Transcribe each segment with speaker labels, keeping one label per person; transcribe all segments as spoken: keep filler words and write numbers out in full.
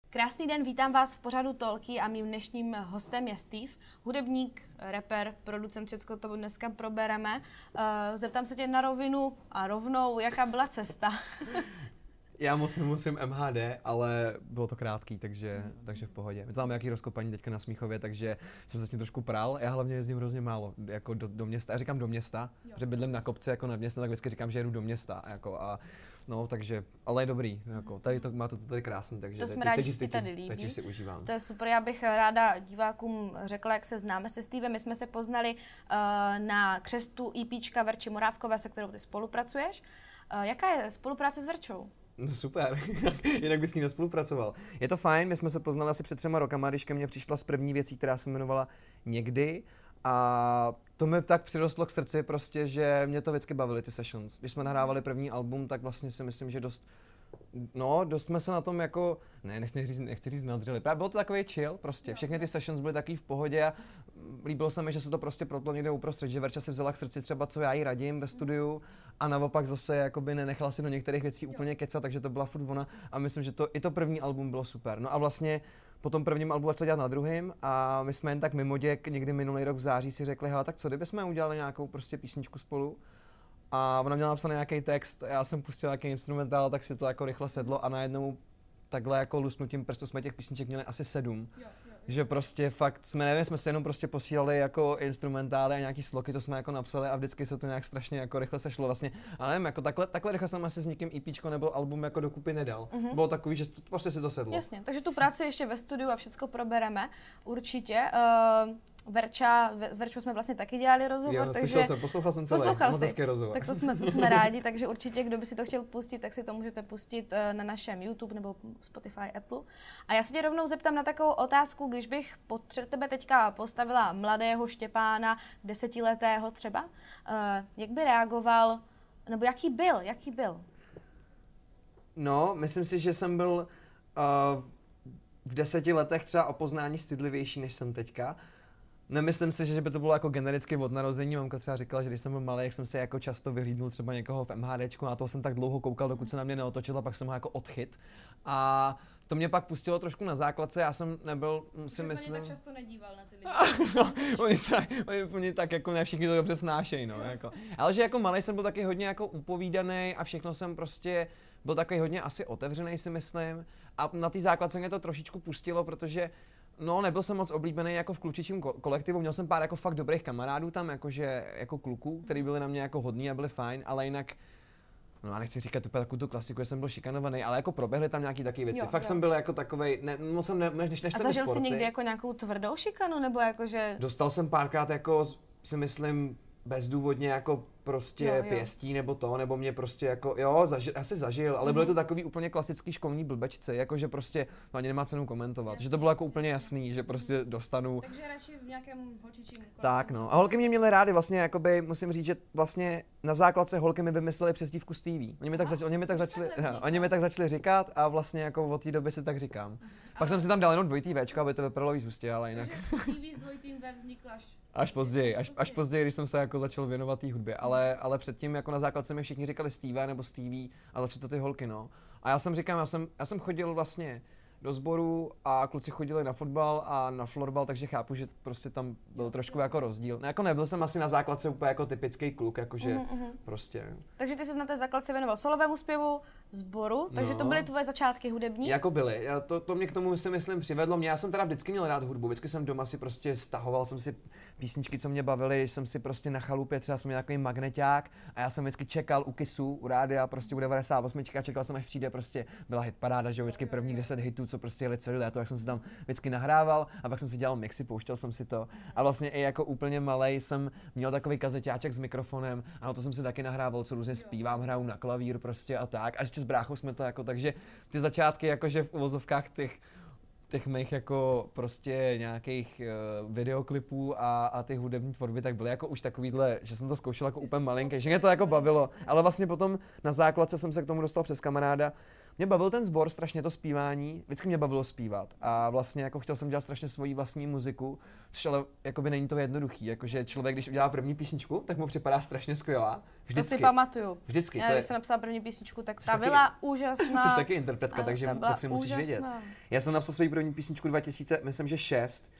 Speaker 1: Krásný den, vítám vás v pořadu Talky a mým dnešním hostem je Steve, hudebník, rapper, producent, všecko to dneska probereme. Zeptám se tě na rovinu a rovnou, jaká byla cesta?
Speaker 2: Já moc nemusím M H D, ale bylo to krátký, takže, takže v pohodě. My tam máme nějaký rozkopání teďka na Smíchově, takže jsem se s tím trošku pral. Já hlavně jezdím hrozně málo, jako do, do města. Já říkám do města, jo. Protože bydlím na kopci jako na městě, tak vždycky říkám, že jedu do města. Jako a, no, takže, ale je dobrý. Jako, tady to má to tady krásný, takže
Speaker 1: to jsme
Speaker 2: teď,
Speaker 1: rádi,
Speaker 2: teď,
Speaker 1: že si tady
Speaker 2: teď,
Speaker 1: líbí.
Speaker 2: teď si užívám.
Speaker 1: To je super, já bych ráda divákům řekla, jak se známe se Stevem. My jsme se poznali uh, na křestu EPčka Verči Morávkové, se kterou ty spolupracuješ. Uh, jaká je spolupráce s Verčou?
Speaker 2: No super, jinak bys s ní nespolupracoval. Je to fajn, my jsme se poznali asi před třema rokama, když ke mně přišla s první věcí, která se jmenovala Někdy. A to mi tak přirostlo k srdci prostě, že mě to vždycky bavily ty sessions. Když jsme nahrávali první album, tak vlastně si myslím, že dost, no, dost jsme se na tom jako, ne, nechci říct, nechci říct nadřeli. Právě bylo to takový chill prostě, všechny ty sessions byly takový v pohodě a líbilo se mi, že se to prostě protlo někde uprostřed, že Verča si vzala k srdci třeba, co já jí radím ve studiu a naopak zase jakoby nenechala si do některých věcí úplně kecat, takže to byla furt ona a myslím, že to, i to první album bylo super. No a vlastně po tom prvním albu začala dělat na druhém a my jsme jen tak mimoděk někdy minulý rok v září si řekli, hele, tak co kdybychom udělali nějakou prostě písničku spolu. A ona měla napsaný nějaký text, já jsem pustil nějaký instrumentál, tak si to jako rychle sedlo a najednou takhle jako lusknutím prstu jsme těch písniček měli asi sedm. Jo, jo, jo. Že prostě fakt jsme, nevím, jsme se jenom prostě posílali jako instrumentály a nějaký sloky, co jsme jako napsali a vždycky se to nějak strašně jako rychle sešlo vlastně. Ale nevím, jako takhle, takhle rychle jsem asi s nikým EPčko nebo album jako dokupy nedal. Mm-hmm. Bylo takový, že to, prostě si to sedlo.
Speaker 1: Jasně, takže tu práci ještě ve studiu a všecko probereme, určitě. Uh... Verča, s Verčou jsme vlastně taky dělali rozhovor,
Speaker 2: jo, no,
Speaker 1: takže...
Speaker 2: jsem, poslouchal jsem celý,
Speaker 1: poslouchal
Speaker 2: moc hezký rozhovor.
Speaker 1: Tak to jsme, to jsme rádi, takže určitě, kdo by si to chtěl pustit, tak si to můžete pustit na našem YouTube nebo Spotify, Apple. A já se tě rovnou zeptám na takovou otázku, když bych před tebe teďka postavila mladého Štěpána, desetiletého třeba, jak by reagoval, nebo jaký byl, jaký byl?
Speaker 2: No, myslím si, že jsem byl uh, v deseti letech třeba o poznání stydlivější, než jsem teďka. Nemyslím si, že by to bylo jako genericky od narození. Mamka třeba říkala, že když jsem byl malý, jak jsem si jako často vyhlídnul třeba někoho v MHDčku, a toho jsem tak dlouho koukal, dokud se na mě neotočil, a pak jsem ho jako odchyt. A to mě pak pustilo trošku na základce, já jsem nebyl, si myslím...
Speaker 1: tak často nedíval na ty lidi.
Speaker 2: No, oni, se, oni, oni tak jako ne všichni to dobře snášejí, no, jako. Ale že jako malý jsem byl taky hodně jako upovídaný a všechno jsem prostě byl takový hodně asi otevřený, si myslím. A na té základce mě to trošičku pustilo, protože no, nebyl jsem moc oblíbený jako v klučičím kolektivu, měl jsem pár jako fakt dobrých kamarádů tam, jakože jako kluků, kteří byli na mě jako hodní a byli fajn, ale jinak, no já nechci říkat úplně takovou tu klasiku, že jsem byl šikanovaný, ale jako proběhly tam nějaký taky věci. Jo, fakt jo. Jsem byl jako takovej, ne, no jsem ne, než, než
Speaker 1: A zažil jsi někdy jako nějakou tvrdou šikanu, nebo jakože...
Speaker 2: Dostal jsem párkrát jako, si myslím, bezdůvodně jako prostě jo, jo. pěstí nebo to, nebo mě prostě jako, jo, zažil, asi zažil, ale mm-hmm. byly to takový úplně klasický školní blbečci, jakože prostě, no ani nemá cenu komentovat, jasný, že to bylo jako úplně jasný, že prostě dostanu.
Speaker 1: Takže radši v nějakém holčičím kolektivu.
Speaker 2: Tak no, a holky mě měly rády, vlastně jakoby, musím říct, že vlastně na základce holky mi vymysleli přezdívku Stevie. Oni mi tak, zač- oni mi tak začali, no, oni mi tak začali říkat a vlastně jako od té doby si tak říkám. Mm-hmm. Pak jsem si tam dal jenom dvojitý Včko, aby to vypadalo víc hustě, ale jinak.
Speaker 1: Stevie s dvojitým V vznikl až
Speaker 2: Až později, až, až později, když jsem se jako začal věnovat té hudbě, ale, ale předtím jako na základce mi všichni říkali Steve nebo Stevie a začaly to ty holky, no. A já jsem říkám, já jsem, já jsem chodil vlastně do sboru a kluci chodili na fotbal a na florbal, takže chápu, že prostě tam byl trošku jako rozdíl. No, jako nebyl jsem asi na základce úplně jako typický kluk, jakože uh-huh. prostě.
Speaker 1: Takže ty jsi na té základce věnoval solovému zpěvu, sboru, takže no. To byly tvoje začátky hudební?
Speaker 2: Jako byly, já to, to mě k tomu si myslím přivedlo, mě já jsem teda vždycky měl rád hudbu, vždycky jsem doma si prostě stahoval jsem si písničky, co mě bavily, jsem si prostě na chalupě, třeba jsem měl takový magneťák a já jsem vždycky čekal u Kissu, u rádia, prostě u devadesát osm a čekal jsem, až přijde prostě, byla hitparáda, že jo, vždycky první deset hitů, co prostě jeli celý léto, jak jsem si tam vždycky nahrával a pak jsem si dělal mixy, pouštěl jsem si to a vlastně i jako úplně malej jsem měl takový kazeťáček s mikrofonem a to jsem si taky nahrával, co různě zpívám, hraju na klavír prostě a tak a ještě s bráchou jsme to jako, takže ty začátky jakože v uvozovkách těch těch mých jako prostě nějakých uh, videoklipů a, a ty hudební tvorby tak byly jako už takovýhle, že jsem to zkoušel jako úplně malinký, že mě to jako bavilo, ale vlastně potom na základce jsem se k tomu dostal přes kamaráda, mě bavil ten sbor, strašně to zpívání, vždycky mě bavilo zpívat a vlastně jako chtěl jsem dělat strašně svoji vlastní muziku, což ale jakoby není to jednoduchý, jakože člověk, když udělá první písničku, tak mu připadá strašně skvělá. Vždycky.
Speaker 1: To si pamatuju.
Speaker 2: Vždycky.
Speaker 1: Já,
Speaker 2: to je...
Speaker 1: když jsem napsala první písničku, tak ta
Speaker 2: taky,
Speaker 1: byla úžasná.
Speaker 2: Jsi taky interpretka, takže
Speaker 1: ta
Speaker 2: tak si musíš
Speaker 1: úžasná.
Speaker 2: vědět. Já jsem napsal svoji první písničku dva tisíce, myslím, že šest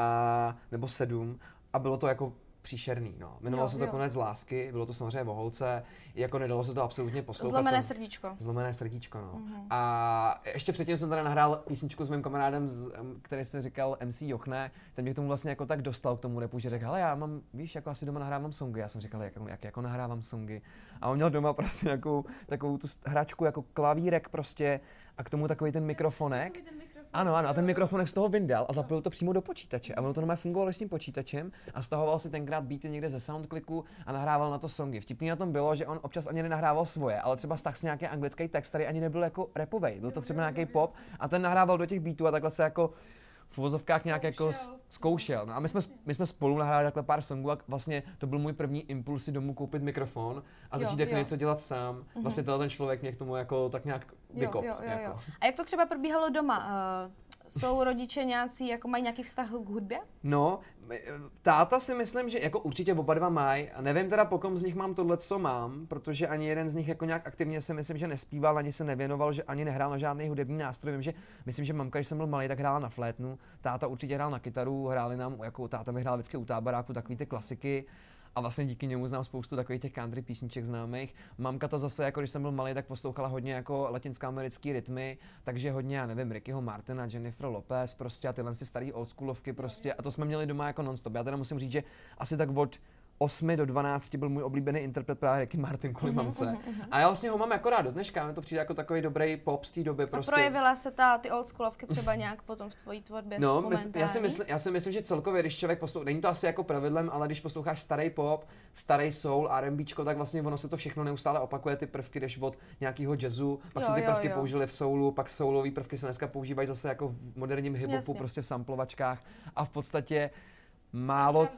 Speaker 2: a, nebo sedm a bylo to jako příšerný, no. Jmenovalo se to jo. Konec lásky, bylo to samozřejmě o holce, jako nedalo se to absolutně poslouchat.
Speaker 1: Zlomené
Speaker 2: jsem...
Speaker 1: srdíčko.
Speaker 2: Zlomené srdíčko, no.
Speaker 1: Uh-huh.
Speaker 2: A ještě předtím jsem tady nahrál písničku s mým kamarádem, který jsem říkal M C Jochne, ten mě k tomu vlastně jako tak dostal k tomu rapu, že řekl, hele, já mám, víš, jako asi doma nahrávám songy. Já jsem říkal, jak, jak jako nahrávám songy. A on měl doma prostě nějakou takovou tu hračku jako klavírek prostě a k tomu takový ten mikrofonek. Ano, ano, a ten mikrofonek z toho vyndal a zapojil to přímo do počítače. A ono to normálně fungovalo s tím počítačem a stahoval si tenkrát beaty někde ze Soundclicku a nahrával na to songy. Vtipný na tom bylo, že on občas ani nenahrával svoje, ale třeba stáhl si nějaký anglický text, který ani nebyl jako rapovej, byl to třeba nějaký pop a ten nahrával do těch beatů a takhle se jako v uvozovkách nějak jako zkoušel. No a my jsme, my jsme spolu nahráli takhle pár songů a vlastně to byl můj první impuls si domů koupit mikrofon a začít jako něco dělat sám. Mm-hmm. Vlastně ten člověk mě k tomu jako tak nějak vykop.
Speaker 1: Jo, jo, jo,
Speaker 2: jako.
Speaker 1: jo. A jak to třeba probíhalo doma? Uh, jsou rodiče nějací, jako mají nějaký vztah k hudbě?
Speaker 2: No, táta si myslím, že jako určitě oba dva mají. A nevím teda, po kom z nich mám tohle, co mám, protože ani jeden z nich jako nějak aktivně si myslím, že nespíval, ani se nevěnoval, že ani nehrál na žádný hudební nástroj. Vím, že myslím, že mamka, když jsem byl malý, tak hrála na flétnu, táta určitě hrál na kytaru, hráli nám, jako táta mi hrál vždycky u táboráku takový ty klasiky. A vlastně díky němu znám spoustu takových těch country písniček známých. Mamka ta zase, jako když jsem byl malý, tak poslouchala hodně jako latinskoamerický rytmy, takže hodně, já nevím, Rickyho Martina, Jennifer Lopez prostě a tyhle si starý oldschoolovky prostě a to jsme měli doma jako nonstop. Já teda musím říct, že asi tak od osmi do dvanácti byl můj oblíbený interpret právě Ricky Martin kvůli uh-huh, mamce. Uh-huh, uh-huh. A já vlastně ho mám jako rád do dneška, mi to přijde jako takový dobrý pop z té doby. Prostě.
Speaker 1: A projevila se ta, ty oldschoolovky třeba nějak potom v tvojí tvorbě?
Speaker 2: No, mysl, já, si mysl, já si myslím, že celkově, když člověk poslouchá, není to asi jako pravidlem, ale když posloucháš starý pop, starý soul, R and Bčko, tak vlastně ono se to všechno neustále opakuje, ty prvky jdeš od nějakého jazzu, pak jo, se ty
Speaker 1: jo,
Speaker 2: prvky
Speaker 1: jo.
Speaker 2: použily v soulu, pak soulové prvky se dneska používají zase jako v moderním hip-hopu, prostě v samplovačkách a v podstatě málo...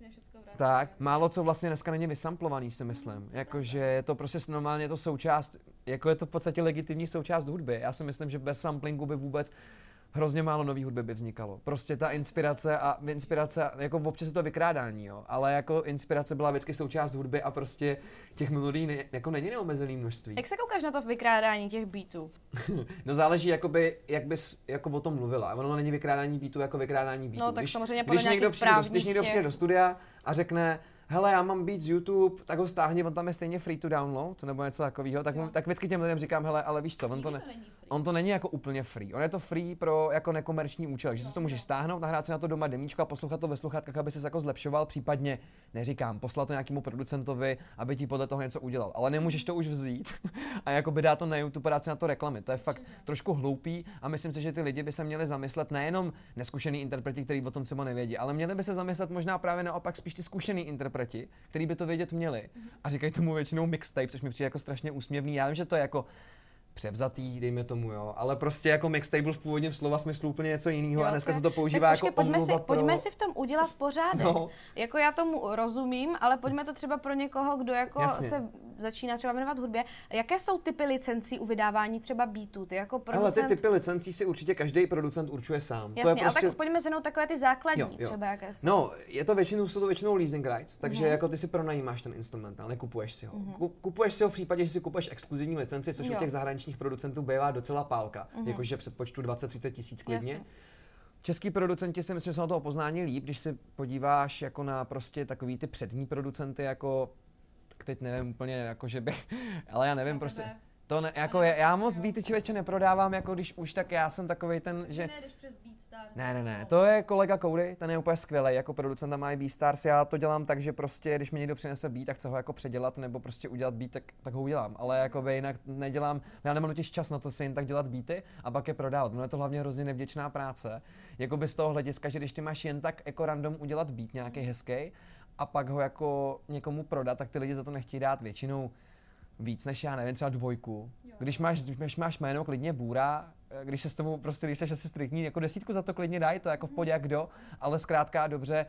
Speaker 2: Tak, málo co vlastně dneska není vysamplovaný, si myslím. Jakože je to prostě normálně to součást, jako je to v podstatě legitimní součást hudby. Já si myslím, že bez samplingu by vůbec hrozně málo nový hudby by vznikalo. Prostě ta inspirace a inspirace, jako občas je to vykrádání, jo, ale jako inspirace byla vždycky součást hudby a prostě těch melodií ne, jako není neomezený množství.
Speaker 1: Jak se koukáš na to vykrádání těch beatů?
Speaker 2: No záleží, jakoby, jak bys jako o tom mluvila. Ono není vykrádání beatů jako vykrádání beatů.
Speaker 1: No tak
Speaker 2: když,
Speaker 1: samozřejmě podle
Speaker 2: když někdo, přijde do, když někdo přijde do studia a řekne, hele, já mám beat z YouTube, tak ho stáhni, on tam je stejně free to download, nebo něco takového, tak, mu, tak vždycky těm lidem říkám, hele, ale víš co, on to, ne, on to není jako úplně free, on je to free pro jako nekomerční účel, že si to můžeš stáhnout, nahrát si na to doma demíčko a poslouchat to ve sluchátkách, aby ses jako zlepšoval, případně, neříkám, poslat to nějakému producentovi, aby ti podle toho něco udělal, ale nemůžeš to už vzít a jakoby dát to na YouTube a dát si na to reklamy, to je fakt trošku hloupý a myslím si, že ty lidi by se měli zamyslet, nejenom neskušený interpreti, kteří o tom třeba nevědí, ale měli by se zamyslet možná právě naopak spíš ty zkušený interpreti, který by to vědět měli. A říkají tomu většinou mixtape, což mi přijde jako strašně úsměvný. Já vím, že to je jako převzatý, dejme tomu, jo, ale prostě jako mixtape byl v původním slova smyslu úplně něco jiného a dneska se to používá
Speaker 1: tak
Speaker 2: jako
Speaker 1: počkej, pojďme
Speaker 2: omluva
Speaker 1: si,
Speaker 2: pro...
Speaker 1: pojďme si v tom udělat pořádek.
Speaker 2: No.
Speaker 1: Jako já tomu rozumím, ale pojďme to třeba pro někoho, kdo jako
Speaker 2: Jasně.
Speaker 1: se začíná třeba věnovat hudbě. Jaké jsou typy licencí u vydávání třeba beatů? Ty jako producent...
Speaker 2: Ale ty typy licencí si určitě každý producent určuje sám.
Speaker 1: Jasně,
Speaker 2: to je prostě...
Speaker 1: ale tak pojďme zhrnout takové ty základní,
Speaker 2: jo, jo.
Speaker 1: třeba jaké jsou.
Speaker 2: No, je to většinou, jsou to většinou leasing rights, takže
Speaker 1: Mhm.
Speaker 2: jako ty si pronajímáš ten instrumentál, nekupuješ si ho.
Speaker 1: Mhm.
Speaker 2: Kupuješ si ho v případě, že si kupuješ exkluzivní licenci, což
Speaker 1: Jo.
Speaker 2: u těch zahraničních producentů bývá docela pálka,
Speaker 1: Mhm.
Speaker 2: jakože předpočtu dvacet třicet tisíc klidně.
Speaker 1: Jasně.
Speaker 2: Český producenti si myslím, že jsou na toho poznání líp, když se podíváš jako na prostě takový ty přední producenty, jako tak teď nevím úplně, jako že by, ale já nevím, prostě. To ne, jako je, já moc beaty člověče neprodávám, jako když už, tak já jsem takovej ten, že...
Speaker 3: Ne, jdeš přes BeatStars.
Speaker 2: Ne, ne, ne, to je kolega Cody, ten je úplně skvělý, jako producenta má i BeatStars, já to dělám tak, že prostě, když mi někdo přinese beat a chce ho jako předělat nebo prostě udělat beat, tak, tak ho udělám, ale jako jinak nedělám, já nemám totiž čas na to si jen tak dělat beaty a pak je prodávat, no je to hlavně hrozně nevděčná práce, jako by z toho hlediska, že když ty máš jen tak jako random udělat beat nějaký hezký a pak ho jako někomu prodat, tak ty lidi za to nechtějí dát většinou víc než já nevím, třeba dvojku. Když máš, když máš jméno klidně Bůra, když se s tebou prostě, když jsi asi striktní, jako desítku za to klidně dají, to jako v podě jak kdo, ale zkrátka dobře,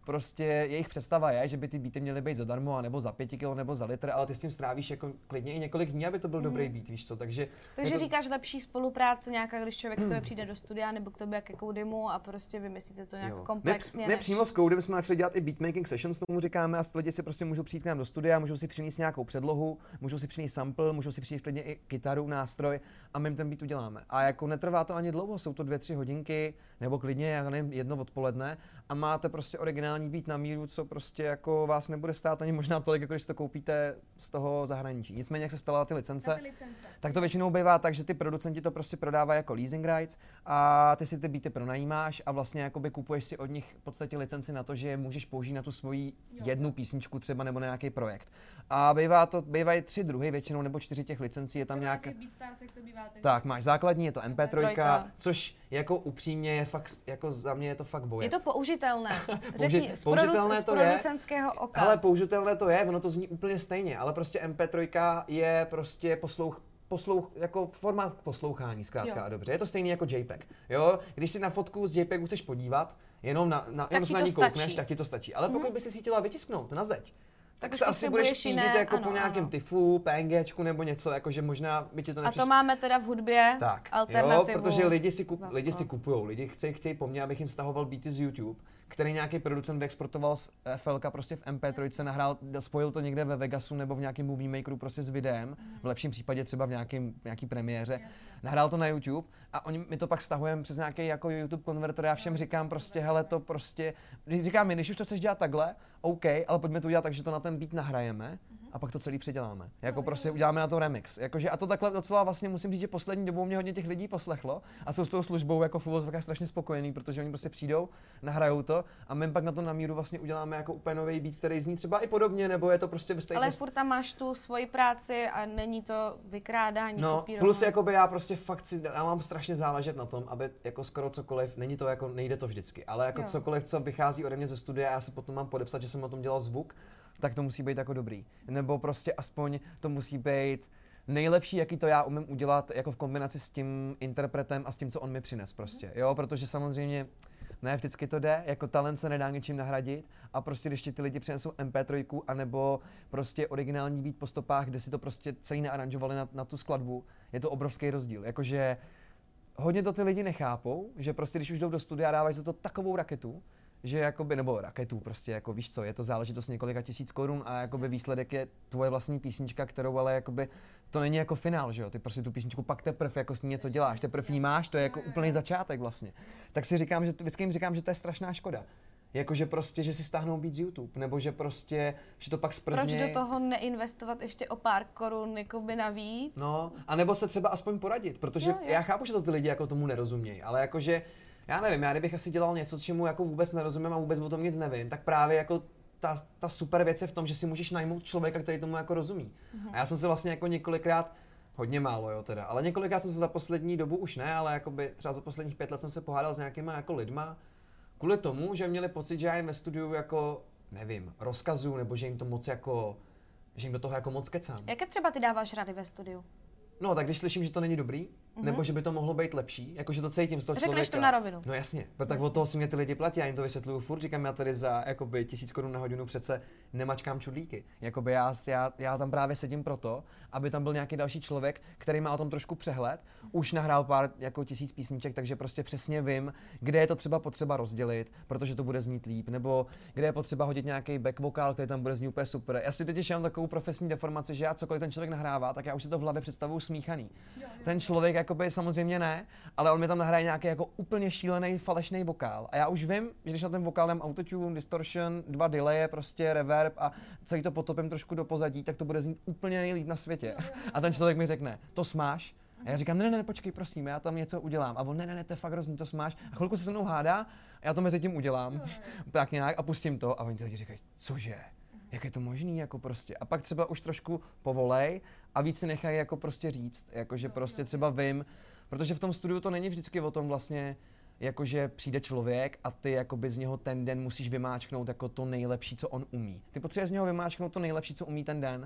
Speaker 2: prostě jejich představa je, že by ty beaty měly být zadarmo, nebo za pět kilo, nebo za litr, ale ty s tím strávíš jako klidně i několik dní, aby to byl mm. dobrý beat, víš co, takže...
Speaker 1: Takže
Speaker 2: to...
Speaker 1: říkáš lepší spolupráce nějaká, když člověk k tobě přijde do studia, nebo k tobě ke Koudimu a prostě vymyslíte to nějak jo. komplexně.
Speaker 2: My, my
Speaker 1: než...
Speaker 2: přímo s Koudem jsme začali dělat i beatmaking sessions, tomu říkáme, a lidi si prostě můžou přijít k nám do studia, můžou si přinést nějakou předlohu, můžou si přinést sample, můžou si přinést klidně i kytaru, nástroj a my jim ten beat uděláme. A jako netrvá to ani dlouho, jsou to dvě, tři hodinky, nebo klidně, já nevím, jedno odpoledne a máte prostě originální beat na míru, co prostě jako vás nebude stát ani možná tolik, jako když to koupíte z toho zahraničí. Nicméně, jak se spěla ty licence,
Speaker 1: ty licence,
Speaker 2: tak to většinou bývá tak, že ty producenti to prostě prodávají jako leasing rights a ty si ty beaty pronajímáš a vlastně jakoby kupuješ si od nich v podstatě licenci na to, že je můžeš použít na tu svoji jednu písničku třeba nebo na nějaký projekt. A bývá to, bývají tři druhy většinou nebo čtyři těch licencí, je tam nějaká... Tak, máš základní, je to em pé tři, což jako upřímně je fakt, jako za mě je to fakt boje.
Speaker 1: Je to použitelné.
Speaker 2: Řekni,
Speaker 1: Použi- z,
Speaker 2: použitelné
Speaker 1: produc-
Speaker 2: to
Speaker 1: z producentského oka.
Speaker 2: Ale použitelné to je, ono to zní úplně stejně, ale prostě em pé tři je prostě poslouch, poslouch, jako formát poslouchání, zkrátka a dobře. Je to stejný jako JPEG, jo? Když si na fotku z JPEGu chceš podívat, jenom na, na, jenom se na ní koukneš, tak ti to stačí. Ale pokud mm-hmm. by si chtěla vytisknout na zeď, tak, tak se asi budeš pídit jako ano, po nějakém tifu, PNGčku nebo něco, jakože možná by ti to nepřišlo.
Speaker 1: A to máme teda v hudbě
Speaker 2: tak,
Speaker 1: alternativu.
Speaker 2: Jo, protože lidi si, kup, lidi si kupujou, lidi chtějí, chtějí po mně, abych jim stahoval beaty z YouTube, který nějaký producent vyexportoval z F L K prostě v em pé tři, nahrál, spojil to někde ve Vegasu nebo v nějakém movie makeru prostě s videem, v lepším případě třeba v nějakým, nějaký premiéře, nahrál to na YouTube a oni mi to pak stahujeme přes nějaký jako YouTube konvertor, já všem říkám prostě, hele to prostě, říkám mi, když už to chceš dělat takhle, OK, ale pojďme to udělat tak, že to na ten beat nahrajeme a pak to celý předěláme. Jako prostě uděláme na to remix. Jakože a to takhle docela vlastně musím říct, že poslední dobou mě hodně těch lidí poslechlo a jsou s tou službou jako v uvozovkách strašně spokojení, protože oni prostě přijdou, nahrajou to a my pak na to na míru vlastně uděláme jako úplně nový beat, který zní třeba i podobně, nebo je to prostě stejně.
Speaker 1: Ale furt tam máš tu svoji práci a není to vykrádání,
Speaker 2: no,
Speaker 1: kopírování.
Speaker 2: Plus jakoby já prostě fakt si, já mám strašně záležet na tom, aby jako skoro cokoliv, není to jako, nejde to vždycky, ale jako jo. cokoliv, co vychází ode mě ze studia, já si potom mám podepsat, že jsem o tom dělal zvuk, tak to musí být jako dobrý. Nebo prostě aspoň to musí být nejlepší, jaký to já umím udělat jako v kombinaci s tím interpretem a s tím, co on mi přines prostě, jo, protože samozřejmě ne vždycky to jde, jako talent se nedá něčím nahradit a prostě když ti ty lidi přinesou em pé tři anebo prostě originální beat po stopách, kde si to prostě celý naaranžovali na, na tu skladbu, je to obrovský rozdíl, jakože hodně to ty lidi nechápou, že prostě když už jdou do studia a dávají za to takovou raketu, že jakoby, nebo raketu prostě, jako víš co, je to záležitost několika tisíc korun a jakoby výsledek je tvoje vlastní písnička, kterou ale jakoby, to není jako finál, že jo, ty prostě tu písničku pak teprve jako s ní něco děláš, teprve jí máš, to je jako úplný začátek vlastně. Tak si říkám, že, vždycky jim říkám, že to je strašná škoda. Jakože prostě, že si stáhnou beat z YouTube, nebo že prostě, že to pak zprzněj.
Speaker 1: Proč do toho neinvestovat ještě o pár korun jakoby navíc?
Speaker 2: No, a nebo se třeba aspoň poradit, protože jo, jo. já chápu, že to ty lidi jako tomu nerozumějí, ale jakože já nevím, já kdybych asi dělal něco, čemu jako vůbec nerozumím a vůbec o tom nic nevím, tak právě jako ta, ta super věc je v tom, že si můžeš najmout člověka, který tomu jako rozumí. Mm-hmm. A já jsem se vlastně jako několikrát, hodně málo jo teda, ale několikrát jsem se za poslední dobu už ne, ale jakoby třeba za posledních pět let jsem se pohádal s nějakýma jako lidma, kvůli tomu, že měli pocit, že já jim ve studiu jako, nevím, rozkazu, nebo že jim to moc jako, že jim do toho jako moc kecám.
Speaker 1: Jaké třeba ty dáváš rady ve studiu?
Speaker 2: No, tak když slyším, že to není dobrý, mm-hmm. nebo že by to mohlo být lepší, jakože to cítím z toho člověka.
Speaker 1: Řekneš to na rovinu.
Speaker 2: No jasně, tak jasně. Od toho si mě ty lidi platí, já jim to vysvětluju furt, říkám, já tady za jakoby tisíc korun na hodinu přece nemačkám čudlíky. Jakoby já, já, já tam právě sedím proto, aby tam byl nějaký další člověk, který má o tom trošku přehled, už nahrál pár jako tisíc písniček, takže prostě přesně vím, kde je to třeba potřeba rozdělit, protože to bude znít líp, nebo kde je potřeba hodit nějaký back vokál, který tam bude znít úplně super. Já si teď mám takovou profesní deformaci, že já cokoliv ten člověk nahrává, tak já už si to v hlavě představuju smíchaný. Ten člověk jakoby samozřejmě ne, ale on mi tam nahraje nějaký jako úplně šílený falešný vokál. A já už vím, že když na ten vokál dám autotune, distortion, dva delaye, prostě reverb a celý to potopím trošku do pozadí, tak to bude znít úplně nejlíp na světě. A ten člověk mi řekne, to smáš. A já říkám, ne, ne, ne, počkej, prosím, já tam něco udělám. A on, ne, ne, ne, to je fakt hrozný, to smáš. A chvilku se se mnou hádá, a já to mezi tím udělám, tak nějak a pustím to. A oni ty lidi říkají, cože? Jak je to možný, jako prostě. A pak třeba už trošku povolej a víc si nechají jako prostě říct, jakože prostě třeba vím, protože v tom studiu to není vždycky o tom vlastně, jakože přijde člověk a ty jakoby z něho ten den musíš vymáčknout jako to nejlepší, co on umí. Ty potřebuješ z něho vymáčknout to nejlepší, co umí ten den,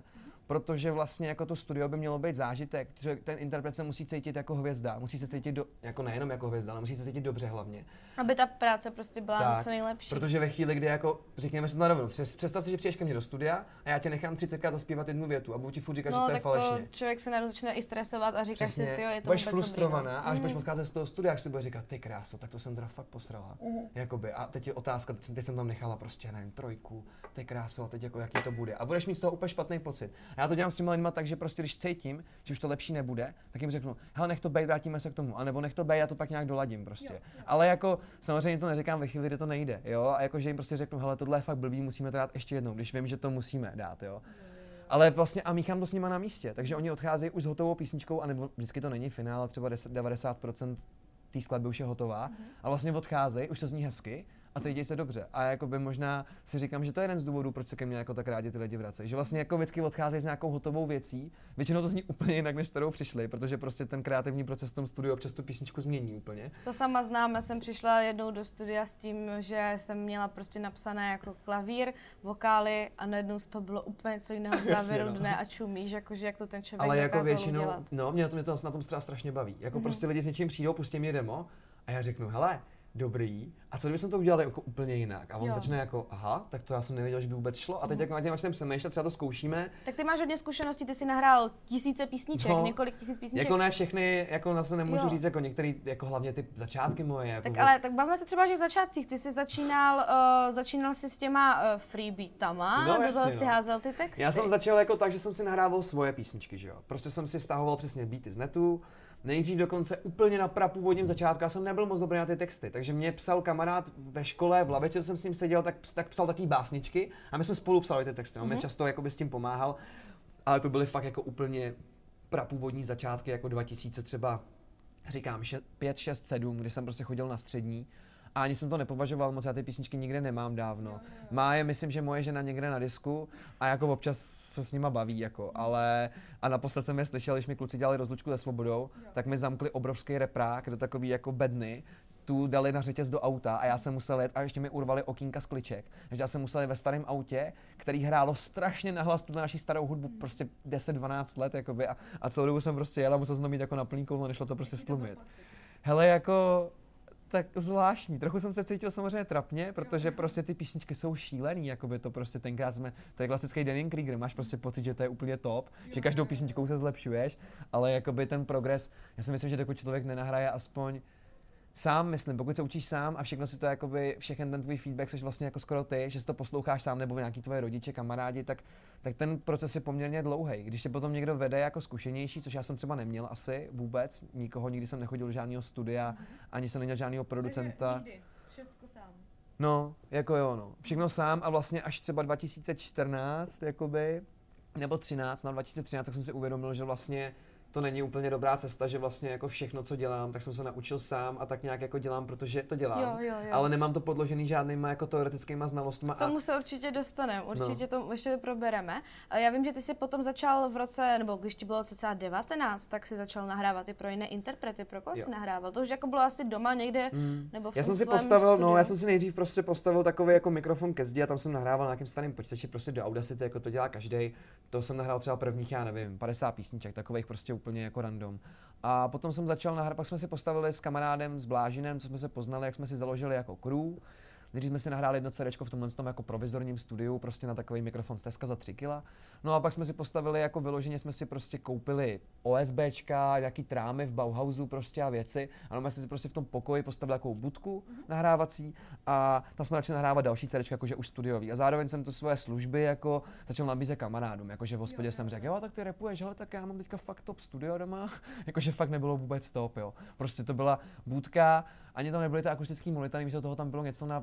Speaker 2: protože vlastně jako to studio by mělo být zážitek, že ten interpret se musí cítit jako hvězda, musí se cítit do, jako nejenom jako hvězda, ale musí se cítit dobře hlavně.
Speaker 1: Aby ta práce prostě byla tak, co nejlepší.
Speaker 2: Protože ve chvíli, kdy jako, řekněme si to na rovinu, představ si, že přijdeš ke mně do studia a já tě nechám třicetkrát zaspívat jednu větu a budu ti furt říkat,
Speaker 1: no,
Speaker 2: že to je falešně.
Speaker 1: No, tak člověk se najednou začne i stresovat a říkáš si, ty jo, je to
Speaker 2: budeš
Speaker 1: vůbec
Speaker 2: frustrovaná
Speaker 1: dobrý, no.
Speaker 2: a až budeš odcházet z toho studia, až si bude říkat, ty kráso, tak to jsem teda fakt posrala. Mm. Jakoby. A teď je otázka, teď, teď jsem tam nechala prostě, nevím, trojku, ty kráso, a teď jako jaký to bude. A budeš mít z toho úplně špatný pocit. A já to dělám s těmi lidmi tak, že prostě když cítím, že už to lepší nebude, tak jim řeknu, hele, nech to bejt, vrátíme se k tomu, anebo nech to bejt, já to pak nějak doladím prostě. Jo, jo. Ale jako samozřejmě to neříkám ve chvíli, kdy to nejde, jo, a jako že jim prostě řeknu, hele, tohle je fakt blbý, musíme to dát ještě jednou, když vím, že to musíme dát, jo. Ale vlastně a míchám to s nima na místě, takže oni odcházejí už s hotovou písničkou, a nebo vždycky to není finál, třeba devadesát procent té skladby už je hotová, mm-hmm. a vlastně odcházejí, už to zní hezky a cítí se dobře. A jakoby možná si říkám, že to je jeden z důvodů, proč se ke mně jako tak rádi ty lidi vracejí. Že vlastně jako vždycky odcházejí s nějakou hotovou věcí, většinou to zní úplně jinak, než s kterou přišli, protože prostě ten kreativní proces v tom studiu občas tu písničku změní úplně.
Speaker 1: To sama znám, já jsem přišla jednou do studia s tím, že jsem měla prostě napsané jako klavír, vokály a najednou to bylo úplně co jiného v závěru dne a čumíš, jakože jak to ten člověk
Speaker 2: ale jako většinou,
Speaker 1: udělat.
Speaker 2: no, mě to, mě to na tom třeba strašně baví. Jako mm-hmm. prostě lidi s něčím přijdou, pustí mě demo a já řeknu, hele, dobrý, a co kdybychom to udělali jako úplně jinak? A on jo. začne jako, aha, tak to já jsem nevěděl, že by vůbec šlo. A teď mm. jako na těm začneme přemýšlet, třeba to zkoušíme.
Speaker 1: Tak ty máš hodně zkušeností, ty jsi nahrál tisíce písniček, no, několik tisíc písniček.
Speaker 2: Jako ne všechny, jako zase nemůžu jo. říct, jako některý, jako hlavně ty začátky moje. Jako
Speaker 1: tak
Speaker 2: v...
Speaker 1: ale, tak bavíme se třeba o těch začátcích. Ty jsi začínal, uh, začínal jsi s těma uh, freebeatama, no, do toho si házel ty texty.
Speaker 2: Já jsem začal jako tak, že jsem si nahrával svoje písničky, že jo. Prostě jsem si stahoval přesně beaty z netu. Nejdřív dokonce úplně na prapůvodním začátku, já jsem nebyl moc dobrý na ty texty, takže mě psal kamarád ve škole, v lavici jsem s ním seděl, tak, tak psal takový básničky a my jsme spolu psali ty texty, on mm-hmm. mě často jakoby s tím pomáhal, ale to byly fakt jako úplně prapůvodní začátky, jako dva tisíce třeba, říkám, pět, šest, sedm, kdy jsem prostě chodil na střední. A ani jsem to nepovažoval moc, já ty písničky nikde nemám dávno. Jo, jo. Má je, myslím, že moje žena někde na disku a jako občas se s nima baví, jako, ale a naposled jsem je slyšel, když mi kluci dělali rozlučku se Svobodou, jo. tak mi zamkli obrovský reprák do takový jako bedny, tu dali na řetěz do auta a já jsem musel jet a ještě mi urvali okýnka z kliček. Takže já jsem musel jít ve starém autě, který hrálo strašně nahlas tu naší starou hudbu, prostě deset dvanáct let, jakoby, a, a celou dobu jsem prostě jel a musel jsem to mít jako na plný koule, nešlo to prostě stlumit. Hele, jako tak zvláštní. Trochu jsem se cítil samozřejmě trapně, protože prostě ty písničky jsou šílený, jakoby to prostě tenkrát jsme, to je klasický Dunning Krieger, máš prostě pocit, že to je úplně top, že každou písničkou se zlepšuješ, ale jakoby ten progres, já si myslím, že dokud člověk nenahraje aspoň sám, myslím, pokud se učíš sám a všechno si to jakoby, všechen ten tvůj feedback seš vlastně jako skoro ty, že si to posloucháš sám nebo nějaký tvoje rodiče, kamarádi, tak, tak ten proces je poměrně dlouhý. Když tě potom někdo vede jako zkušenější, což já jsem třeba neměl asi vůbec, nikoho, nikdy jsem nechodil do žádného studia, ani jsem neměl žádného producenta.
Speaker 1: Takže nikdy, všechno sám.
Speaker 2: No, jako jo, no. Všechno sám a vlastně až třeba dva tisíce čtrnáct, jakoby, nebo třináct, no dva tisíce třináct, tak jsem si uvědomil, že vlastně to není úplně dobrá cesta, že vlastně jako všechno, co dělám, tak jsem se naučil sám a tak nějak jako dělám, protože to dělám,
Speaker 1: jo, jo, jo.
Speaker 2: ale nemám to podložený žádnýma jako teoretickýma znalostma.
Speaker 1: K tomu a... se určitě dostaneme, určitě no. to ještě to probereme. A já vím, že ty jsi potom začal v roce, nebo když ti bylo cca devatenáct, tak si začal nahrávat i pro jiné interprety, pro koho jsi nahrával? To už jako bylo asi doma někde, mm. nebo v
Speaker 2: Já jsem si postavil, studiu. no, já jsem si nejdřív prostě postavil takový jako mikrofon ke zdi a tam jsem nahrával na nějakým starým počítači prostě do Audacity, jako to dělá každý. To jsem nahrál třeba prvních, já nevím, padesát písniček, takových prostě úplně jako random. A potom jsem začal nahrávat, pak jsme si postavili s kamarádem, s Blážinem, co jsme se poznali, jak jsme si založili jako crew. Když jsme si nahráli jedno CDčko v tomhle tom jako provizorním studiu, prostě na takový mikrofon z Teska za tři kila. No a pak jsme si postavili jako vyloženě, jsme si prostě koupili OSBčka, nějaký trámy v Bauhausu prostě a věci. A my jsme si prostě v tom pokoji postavili takovou budku mm-hmm. nahrávací a tam jsme začali nahrávat další CDčka, jakože už studiový. A zároveň jsem to svoje služby jako začal nabízet kamarádům, jakože v hospodě jo, jsem řekl, jo, tak ty rapuješ, hele, tak já mám teďka fakt top studio doma, jakože fakt nebylo vůbec top, jo. Prostě to byla budka. Ani tam nebyly ty akustický monitory, místo toho tam bylo něco na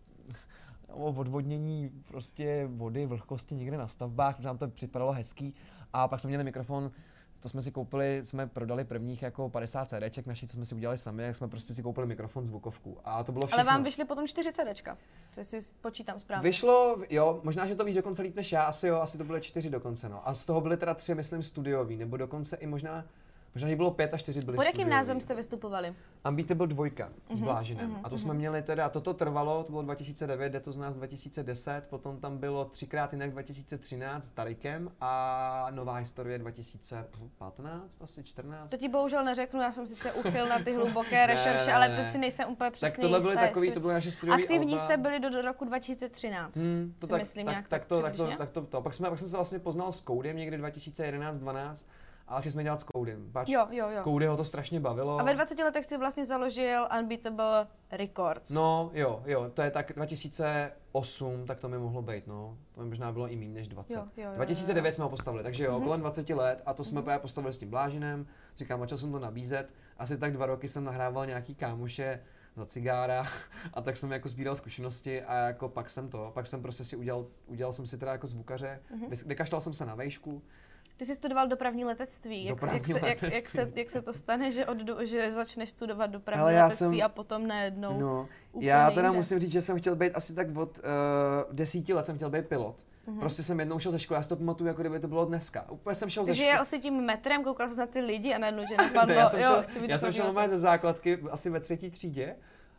Speaker 2: o odvodnění prostě vody, vlhkosti někde na stavbách, protože nám to připadalo hezký. A pak jsme měli mikrofon, to jsme si koupili, jsme prodali prvních jako padesát CDček naši, co jsme si udělali sami, jak jsme prostě si koupili mikrofon zvukovku. A to bylo všechno.
Speaker 1: Ale vám vyšly potom čtyři CDčka, co si počítám správně.
Speaker 2: Vyšlo, jo, možná, že to víš dokonce líp než já, asi jo, asi to byly čtyři dokonce, no. A z toho byly teda tři, myslím, studiový, nebo dokonce i možná Možná jich bylo pět a čtyři byly
Speaker 1: Pod jakým
Speaker 2: studiový.
Speaker 1: názvem jste vystupovali?
Speaker 2: Unbeatable dvojka s
Speaker 1: Mhm,
Speaker 2: Blážinem.
Speaker 1: mhm,
Speaker 2: A to
Speaker 1: mhm.
Speaker 2: jsme měli teda, a toto trvalo, to bylo dva tisíce devět, jde to z nás dva tisíce deset, potom tam bylo třikrát jinak dva tisíce třináct s Tarikem a nová historie dva tisíce patnáct, asi čtrnáct.
Speaker 1: To ti bohužel neřeknu, já jsem sice uchyl na ty hluboké
Speaker 2: Ne,
Speaker 1: rešerše,
Speaker 2: ne,
Speaker 1: ale
Speaker 2: ne.
Speaker 1: teď si nejsem úplně přesně
Speaker 2: Tak tohle byly
Speaker 1: jistá,
Speaker 2: takový,
Speaker 1: jestli-
Speaker 2: to byly naše studiový
Speaker 1: Aktivní
Speaker 2: alba.
Speaker 1: jste byli do, do roku dva tisíce třináct,
Speaker 2: Hmm, to
Speaker 1: si
Speaker 2: tak,
Speaker 1: myslím
Speaker 2: tak,
Speaker 1: nějak
Speaker 2: tak, to, tak, to,
Speaker 1: přibližně.
Speaker 2: tak to, to. Pak, jsme, pak jsem se vlastně poznal s Coudym někdy dva tisíce jedenáct dvanáct, ale šli jsme dělat s Coudym. Páč,
Speaker 1: Jo, jo, jo.
Speaker 2: Coudyho to strašně bavilo.
Speaker 1: A ve dvaceti letech si vlastně založil Unbeatable Records.
Speaker 2: No, jo, jo, to je tak dva tisíce osm, tak to mi mohlo být, no. To mi možná bylo i méně než dvacet.
Speaker 1: Jo, jo, jo,
Speaker 2: dva tisíce devět
Speaker 1: jo.
Speaker 2: jsme ho postavili, takže jo,
Speaker 1: Mhm.
Speaker 2: kolem dvacet let a to jsme právě postavili s tím Blážinem. Říkám, začal jsem to nabízet. Asi tak dva roky jsem nahrával nějaký kámoše za cigára a tak jsem jako sbíral zkušenosti a jako pak jsem to, pak jsem prostě si udělal, udělal jsem si teda jako zvukaře,
Speaker 1: Mhm.
Speaker 2: vykašlal jsem se na vejšku.
Speaker 1: Ty jsi studoval dopravní letectví. Jak,
Speaker 2: Dopravní
Speaker 1: jak, se, jak, jak,
Speaker 2: letectví.
Speaker 1: se, jak se to stane, že, od, že začneš studovat dopravní
Speaker 2: Hele, já
Speaker 1: letectví
Speaker 2: jsem-
Speaker 1: a potom najednou
Speaker 2: No,
Speaker 1: úplně
Speaker 2: já teda
Speaker 1: jinde?
Speaker 2: musím říct, že jsem chtěl být asi tak od uh, desíti let jsem chtěl být pilot.
Speaker 1: Mhm.
Speaker 2: Prostě jsem jednou šel ze školy, já si to pamatuju, jako kdyby to bylo dneska. Úplně jsem šel ze
Speaker 1: Takže
Speaker 2: školy.
Speaker 1: jel si tím metrem, koukal jsi na ty lidi a najednou tě napadlo,
Speaker 2: Ne, já jsem
Speaker 1: jo,
Speaker 2: šel,
Speaker 1: chci být
Speaker 2: já jsem
Speaker 1: dopravní
Speaker 2: šel normálně ze
Speaker 1: letec.
Speaker 2: základky, asi ve třetí třídě.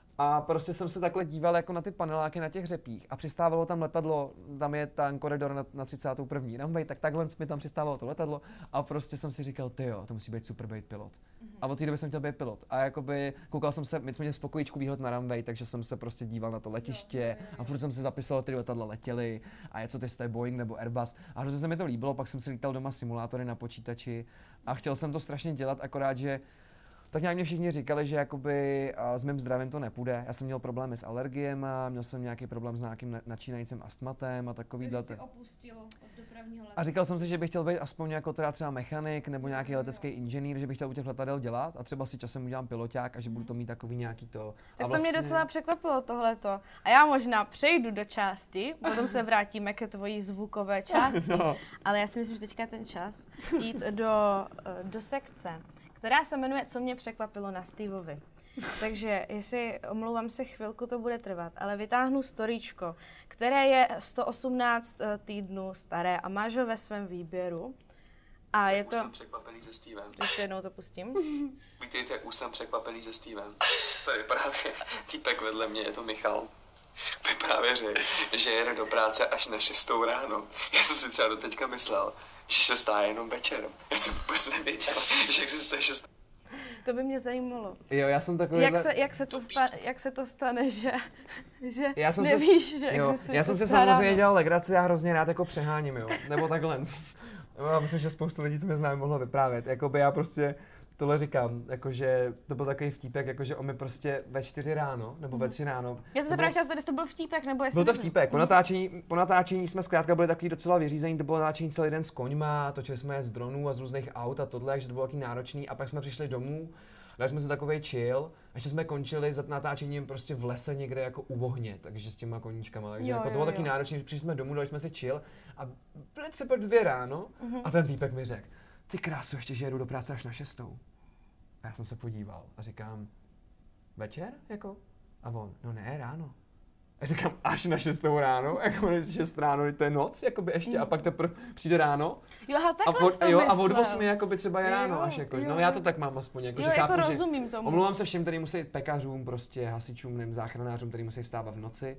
Speaker 2: A prostě jsem se takhle díval jako na ty paneláky na těch řepích a přistávalo tam letadlo, tam je ten koridor na, na třicátou první runway, tak takhle mi tam přistávalo to letadlo a prostě jsem si říkal, ty jo, to musí být super být pilot. A od té doby jsem chtěl být pilot a jakoby koukal jsem se, my jsme měli z pokojíčku výhled na runway, takže jsem se prostě díval na to letiště a furt jsem si zapisoval, ty letadla letěly a je co ty, to je Boeing nebo Airbus a hrozně se mi to líbilo, pak jsem si lítal doma simulátory na počítači a chtěl jsem to strašně dělat, akorát, že tak nějak mě všichni říkali, že jakoby a s mým zdravím to nepůjde. Já jsem měl problémy s alergiemi, měl jsem nějaký problém s nějakým na- načínajícím astmatem a takovýhle.
Speaker 1: Takže jsi opustil od dopravního
Speaker 2: A říkal jsem si, že bych chtěl být aspoň jako teda třeba mechanik nebo nějaký letecký inženýr, že bych chtěl u těch letadel dělat a třeba si časem udělám piloťák a že budu to mít takový nějaký to.
Speaker 1: Tak
Speaker 2: a
Speaker 1: to mě docela překvapilo tohleto. A já možná přejdu do části, potom se vrátíme ke tvojí zvukové části.
Speaker 2: No.
Speaker 1: Ale já si myslím, že teďka je ten čas jít do, eh, do sekce, která se jmenuje Co mě překvapilo na Steveovi. Takže jestli, omlouvám se, chvilku to bude trvat, ale vytáhnu storíčko, které je sto osmnáct eh, týdnů staré a máš ho ve svém výběru. A je to...
Speaker 3: Už jsem překvapený se Stevem.
Speaker 1: Ještě jednou to pustím.
Speaker 3: Vítejte, jak už jsem překvapený se Stevem. To je právě týpek vedle mě, je to Michal. Mi právě řekl, že jede do práce až na šestou ráno. Já jsem si třeba doteďka myslel, že šestá je jenom večer. Já jsem vůbec nevěděl, že existuje šestá.
Speaker 1: To by mě zajímalo.
Speaker 2: Jo, já jsem takový.
Speaker 1: Jak se, jak, se to sta, jak se to stane, že, že
Speaker 2: Já jsem
Speaker 1: nevíš,
Speaker 2: se,
Speaker 1: že
Speaker 2: jo,
Speaker 1: existuje
Speaker 2: já jsem si
Speaker 1: šestá
Speaker 2: samozřejmě
Speaker 1: ráno?
Speaker 2: dělal legraci, já hrozně rád jako přeháním, jo, nebo takhle. Já myslím, že spoustu lidí, co mě zná, mohlo vyprávět. Jakoby já prostě tohle říkám, jakože to byl takový vtípek, jakože on mi prostě ve čtyři ráno, nebo ve tři ráno.
Speaker 1: Já jsem se
Speaker 2: to
Speaker 1: právě
Speaker 2: bylo-
Speaker 1: chtěla zeptat, jestli to byl vtípek, nebo jestli
Speaker 2: Byl to
Speaker 1: nebyl.
Speaker 2: vtípek. Po natáčení, po natáčení jsme zkrátka byli takový docela vyřízení, to bylo natáčení celý den s koňma, točili jsme je z dronů a z různých aut a tohle, takže to bylo taky náročný. A pak jsme přišli domů, dali jsme si takový chill, a ještě jsme končili za natáčením prostě v lese někde jako u ohně, takže s těma koníčkama. Takže
Speaker 1: Jo,
Speaker 2: jako to
Speaker 1: jo,
Speaker 2: bylo taky
Speaker 1: jo.
Speaker 2: náročné, přišli jsme domů, dali jsme si chill a byly třeba dvě ráno
Speaker 1: Mhm.
Speaker 2: a ten týpek mi řekl, ty krásu, ještě že jedu do práce až na šestou. A já jsem se podíval a říkám, večer jako? A on, no ne, ráno. A říkám, až na šestou ráno, jako šest ráno, to je noc, jakoby ještě, a pak teprve přijde ráno.
Speaker 1: Jo, aha,
Speaker 2: A
Speaker 1: takhle
Speaker 2: od,
Speaker 1: jsi to
Speaker 2: jo, a od
Speaker 1: myslel.
Speaker 2: osmi jakoby třeba je
Speaker 1: Jo,
Speaker 2: ráno až jako,
Speaker 1: jo.
Speaker 2: no já to tak mám aspoň, jako,
Speaker 1: Jo,
Speaker 2: že
Speaker 1: jako
Speaker 2: chápu,
Speaker 1: rozumím
Speaker 2: že
Speaker 1: tomu.
Speaker 2: omlouvám se všem, který musí pekařům, prostě hasičům, nevím, záchranářům, který musí vstávat v noci.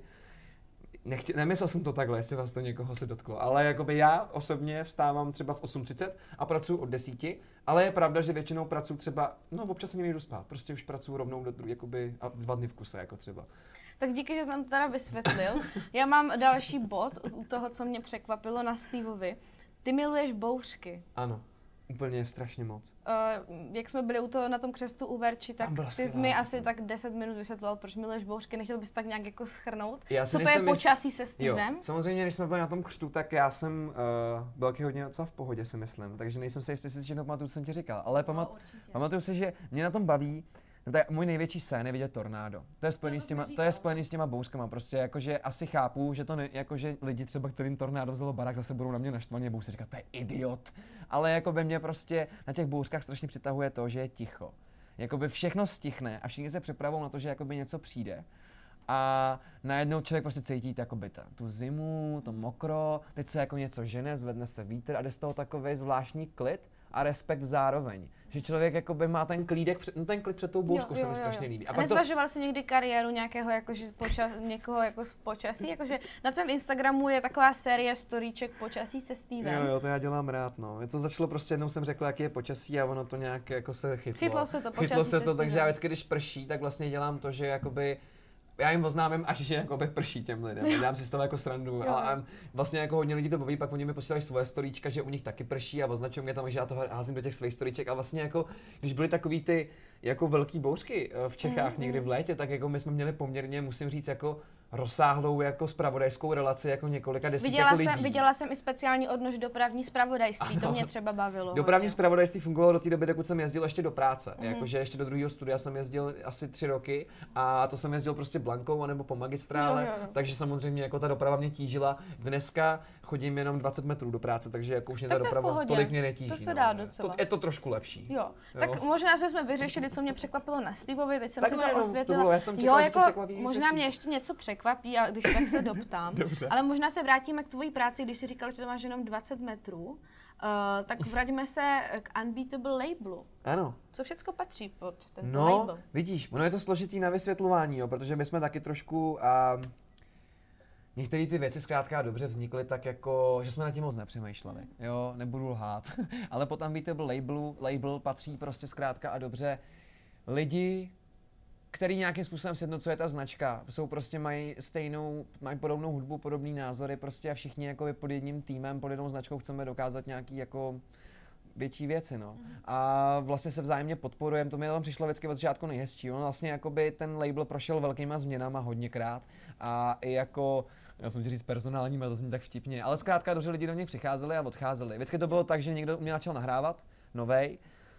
Speaker 2: Nechtě, nemyslel jsem to takhle, jestli vás to někoho se dotklo, ale jakoby já osobně vstávám třeba v osm třicet a pracuji od desíti, ale je pravda, že většinou pracuji třeba, no občas ani nejdu spát, prostě už pracuji rovnou do, jakoby, a dva dny v kuse, jako třeba.
Speaker 1: Tak díky, že jsi nám to teda vysvětlil. Já mám další bod u toho, co mě překvapilo na Steveovi. Ty miluješ bouřky.
Speaker 2: Ano, úplně strašně moc.
Speaker 1: Uh, jak jsme byli u toho, na tom křestu u Verči, tak
Speaker 2: Tam byla
Speaker 1: ty jsi mi
Speaker 2: skvělá.
Speaker 1: asi tak deset minut vysvětloval, proč miluješ bouřky. Nechtěl bys tak nějak jako schrnout?
Speaker 2: Já si
Speaker 1: Co to je
Speaker 2: nejsem jist-
Speaker 1: počasí se
Speaker 2: Jo,
Speaker 1: Stevem?
Speaker 2: samozřejmě, když jsme byli na tom křtu, tak já jsem uh, byl taky hodně docela v pohodě, si myslím, takže nejsem si jistý, jestli si všechno pamatuju, co jsem ti říkal, ale pamat, pamatuju si, že mě na tom baví, no to je můj největší sen je vidět tornádo. To je spojený, s těma, to je spojený s těma bouřkama, prostě jakože asi chápu, že to ne, jakože lidi třeba, kterým tornádo vzalo barák, zase budou na mě naštvaně, budou si říkat, to je idiot, ale jako by mě prostě na těch bouřkách strašně přitahuje to, že je ticho. Jakoby všechno stichne a všichni se připravují na to, že jakoby něco přijde. A najednou člověk prostě cítí jakoby ta, tu zimu, to mokro, teď se jako něco žene, zvedne se vítr a jde z toho takový zvláštní klid a respekt zároveň. Že člověk jakoby má ten klídek, před, no ten klid před tou bouřkou se mi strašně líbí.
Speaker 1: A, a nezvažoval to... jsi někdy kariéru nějakého jakože počas, někoho jako z počasí? Jakože na tvém Instagramu je taková série storíček počasí se Stevem.
Speaker 2: Jo, jo, to já dělám rád, no. Je to začalo prostě, jednou jsem řekl, jaký je počasí a ono to nějak jako se chytlo.
Speaker 1: Chytlo se to počasí
Speaker 2: Chytlo se
Speaker 1: se
Speaker 2: to, takže já vždycky, když prší, tak vlastně dělám to, že jakoby já jim oznámím, až že jakoby prší těm lidem, dám si z toho jako srandu a, a vlastně jako hodně lidí to baví, pak oni mi posílají svoje storíčka, že u nich taky prší a označují mě tam, že já to házím do těch svých storíček a vlastně jako, když byly takový ty jako velký bouřky v Čechách mm, někdy v létě, tak jako my jsme měli poměrně, musím říct, jako rozsáhlou jako zpravodajskou relaci jako několika desítek
Speaker 1: viděla
Speaker 2: lidí.
Speaker 1: Jsem, viděla jsem i speciální odnož dopravní zpravodajství, ano. To mě třeba bavilo.
Speaker 2: Dopravní zpravodajství fungovalo do té doby, dokud jsem jezdil ještě do práce. Mm. Jakože ještě do druhého studia jsem jezdil asi tři roky a to jsem jezdil prostě blankou anebo po magistrále, jo, jo, jo. Takže samozřejmě jako ta doprava mě tížila. Dneska chodím jenom dvacet metrů do práce, takže jako už mě
Speaker 1: tak
Speaker 2: ta doprava tolik mě netíží.
Speaker 1: To se dá no. docela.
Speaker 2: To, je to trošku lepší.
Speaker 1: Jo. jo. Tak možná, že jsme vyřešili, co mě překvapilo na Stevovi, teď jsem
Speaker 2: tak
Speaker 1: si to
Speaker 2: jenom,
Speaker 1: osvětlila.
Speaker 2: To bylo, já jsem
Speaker 1: čekala,
Speaker 2: jo,
Speaker 1: jako možná
Speaker 2: řečí.
Speaker 1: Mě ještě něco překvapí a když tak se doptám. Ale možná se vrátíme k tvojí práci, když jsi říkal, že to máš jenom dvacet metrů, uh, tak vraťme se k Unbeatable labelu.
Speaker 2: Ano.
Speaker 1: Co všecko patří pod tento
Speaker 2: no,
Speaker 1: label?
Speaker 2: Vidíš, ono je to složitý na vysvětlování, jo, protože my jsme taky trošku uh, některé ty věci zkrátka dobře vznikly tak jako, že jsme na tím moc nepřemýšleli, jo, nebudu lhát, ale pod Unbeatable labelu, label patří prostě zkrátka a dobře lidi, který nějakým způsobem sjednocuje ta značka, jsou prostě mají stejnou, mají podobnou hudbu, podobný názory, prostě a všichni jako pod jedním týmem, pod jednou značkou chceme dokázat nějaký jako větší věci, no. Mm. A vlastně se vzájemně podporujeme, to mi tam přišlo vždycky od začátku nejhezčí, on vlastně jakoby ten label prošel velkýma změnama hodněkrát a i jako, já jsem ti říct personálníma, to zní tak vtipně, ale zkrátka dobře lidi do něj přicházeli a odcházeli. Vždycky to bylo tak, že někdo mě začal nahrávat, novej,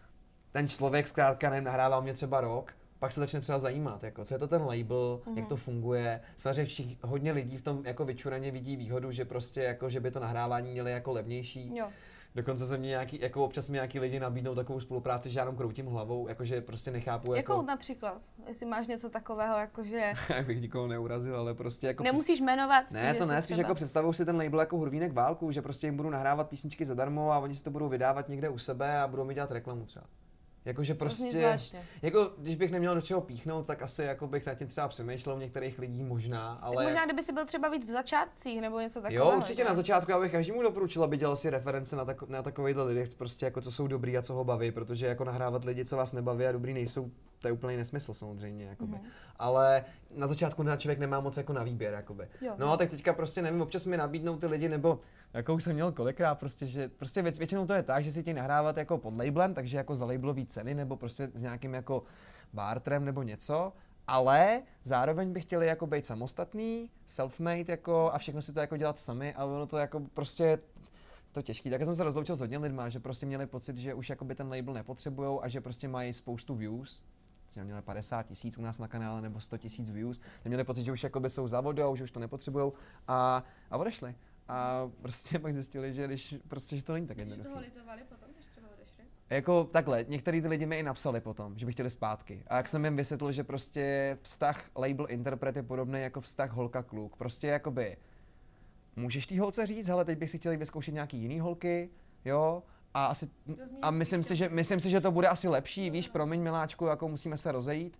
Speaker 2: ten člověk zkrátka nevím, nahrával mě třeba rok, pak se začne třeba zajímat, jako, co je to ten label, mm. jak to funguje. Samozřejmě všich, hodně lidí v tom jako vyčuraně vidí výhodu, že prostě jako, že by to nahrávání měli jako levnější. Jo. Dokonce se mě nějaký, jako občas mi nějaký lidi nabídnou takovou spolupráci, že já jenom kroutím hlavou, jakože prostě nechápu.
Speaker 1: Jakou
Speaker 2: jako...
Speaker 1: například? Jestli máš něco takového, jakože...
Speaker 2: Já bych nikoho neurazil, ale prostě jako...
Speaker 1: Nemusíš přes... jmenovat spíš,
Speaker 2: Ne, to ne, spíš třeba... jako představuju si ten label jako Hurvínek válku, že prostě jim budu nahrávat písničky zadarmo a oni si to budou vydávat někde u sebe a budou mi dělat reklamu třeba. Jakože prostě, jako když bych neměl do čeho píchnout, tak asi jako bych nad tím třeba přemýšlel u některých lidí možná, ale...
Speaker 1: Tak možná, kdyby si byl třeba víc v začátcích nebo něco takového.
Speaker 2: Jo, určitě ne? Na začátku já bych každému doporučil, aby dělal si reference na, tako, na takovýhle lidech, prostě jako co jsou dobrý a co ho baví, protože jako nahrávat lidi, co vás nebaví a dobrý nejsou, to je úplný nesmysl samozřejmě, jakoby. Mm-hmm. Ale na začátku na člověk nemá moc jako na výběr, jakoby. Jo. No, tak teďka prostě nevím, občas mi nabídnou ty lidi, nebo jako už jsem měl kolikrát, prostě, že prostě věc, většinou to je tak, že si ti nahrávat jako pod labelem, takže jako za labelový ceny, nebo prostě s nějakým jako barterem nebo něco, ale zároveň by chtěli jako být samostatný, self-made jako a všechno si to jako dělat sami a ono to jako prostě to těžký. Tak jsem se rozloučil s hodně lidma, že prostě měli pocit, že už jakoby ten label nepotřebujou a že prostě mají spoustu views. Třeba měli padesát tisíc u nás na kanále nebo sto tisíc views. Měli pocit, že už jakoby jsou za vodou, že už to nepotřebujou a, a odešli. A prostě pak zjistili, že když prostě, že to není tak jednoduché.
Speaker 1: Toho litovali potom, když třeba odešli?
Speaker 2: Jako takhle, některý ty lidi mi i napsali potom, že by chtěli zpátky. A jak jsem jim vysvětlil, že prostě vztah label-interpret je podobný jako vztah holka-kluk. Prostě jakoby můžeš tý holce říct, hele, teď bych si chtěl vyzkoušet nějaký jiný holky, jo, a asi, a myslím si, že, myslím si, že to bude asi lepší, víš, promiň miláčku, jako musíme se rozejít.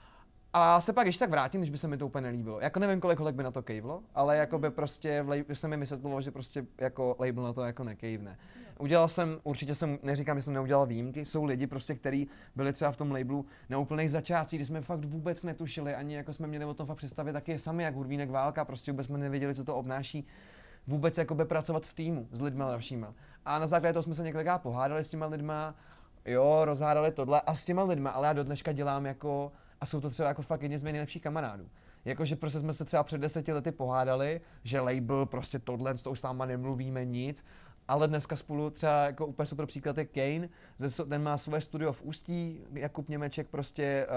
Speaker 2: A se pak ještě tak vrátím, když by se mi to úplně nelíbilo. Jako nevím, kolik holek by na to kejvlo, ale jako by prostě v label, se mi vysvětlovalo, že prostě jako label na to jako nekejvne. Udělal jsem, určitě jsem, neříkám, že jsem neudělal výjimky, jsou lidi prostě, kteří byli třeba v tom labelu na úplných začátcích, kdy jsme fakt vůbec netušili, ani jako jsme měli o tom fakt představit taky sami, jak Hurvínek válka, prostě vůbec jsme nevěděli, co to obnáší. Vůbec jakoby pracovat v týmu s lidma dalšíma. A na základě toho jsme se několikrát pohádali s těma lidma, jo, rozhádali tohle a s těma lidma, ale já do dneška dělám jako, a jsou to třeba jako fakt jedni z mých nejlepších kamarádů. Jakože prostě jsme se třeba před deseti lety pohádali, že label prostě tohle, s tou s náma nemluvíme nic, ale dneska spolu třeba jako úplně super příklad je Kane, ten má svoje studio v Ústí, Jakub Němeček prostě uh,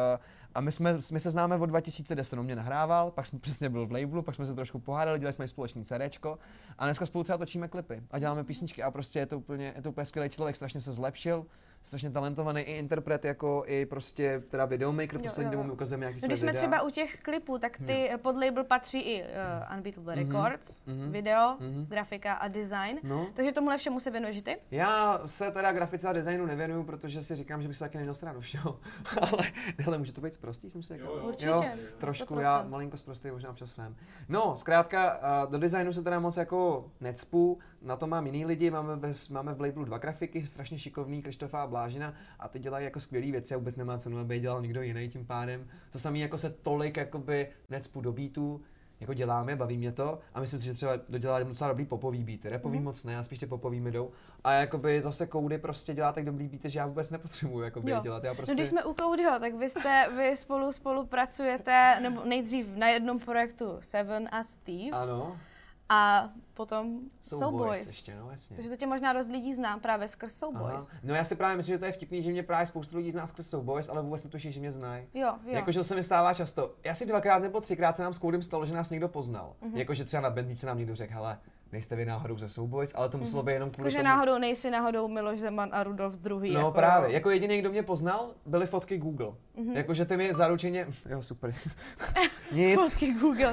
Speaker 2: A my, jsme, my se známe od dva tisíce deset, on mě nahrával, pak jsme přesně byl v labelu, pak jsme se trošku pohádali, dělali jsme společný CDčko a dneska spolu třeba točíme klipy a děláme písničky a prostě je to úplně, je to úplně skvělý člověk, strašně se zlepšil, strašně talentovaný i interpret, jako i prostě teda videomaker, poslední dobou mi ukazujeme nějaký
Speaker 1: no,
Speaker 2: své
Speaker 1: když jsme
Speaker 2: videa.
Speaker 1: třeba u těch klipů, tak ty
Speaker 2: jo.
Speaker 1: pod label patří i uh, Unbeatable mm-hmm. Records, mm-hmm. video, mm-hmm. grafika a design, no. takže tomuhle všemu se věnuješ ty?
Speaker 2: Já se teda grafice a designu nevěnuju, protože si říkám, že bych se taky neměl srát do všeho, ale hele, může to být sprostý, jsem si říkal.
Speaker 1: Jo, určitě,
Speaker 2: jo, trošku, sto procent. Já malinko sprostý, možná občas jsem. No, zkrátka, do designu se teda moc jako necpu, na to mám jiný lidi, máme, ve, máme v labelu dva grafiky, strašně šikovný, Krištofa a Blážina, a ty dělají jako skvělý věci a vůbec nemá cenu, aby dělal někdo jiný tím pádem. To samé jako se tolik jakoby necpu do beatů, jako děláme, baví mě to a myslím si, že třeba dodělá docela dobrý popový beaty, rapový mm-hmm. moc ne, a spíš ty popový mi jdou. A jakoby zase Koudy prostě dělá tak dobrý beaty, že já vůbec nepotřebuji jakoby dělat. Já prostě...
Speaker 1: No když jsme u Koudyho, tak vy jste, vy spolu spolupracujete, nebo nejdřív na jednom projektu Seven a Steve.
Speaker 2: Ano.
Speaker 1: A potom
Speaker 2: Soulboys. ještě, no jasně.
Speaker 1: Takže to tě možná dost lidí zná právě skrz Soulboys.
Speaker 2: Aha. No já si právě myslím, že to je vtipný, že mě právě spoustu lidí zná skrz Soulboys, ale vůbec netuší, že mě znají.
Speaker 1: Jo, jo.
Speaker 2: Jakože to se mi stává často. Já si dvakrát nebo třikrát se nám s Koudym stalo, že nás někdo poznal. Mm-hmm. Jakože třeba na Bendíce nám někdo řekl, hele, nejste vy náhodou ze Soulboys, ale to muselo mm-hmm. být jenom kvůli
Speaker 1: Jakože
Speaker 2: tomu...
Speaker 1: náhodou nejsi náhodou Miloš Zeman a Rudolf druhý.
Speaker 2: No
Speaker 1: jako...
Speaker 2: právě, jako jediný, kdo mě poznal, byly fotky Google. Mm-hmm. Jakože ty mi zaručeně, jo super, nic.
Speaker 1: Fotky Google.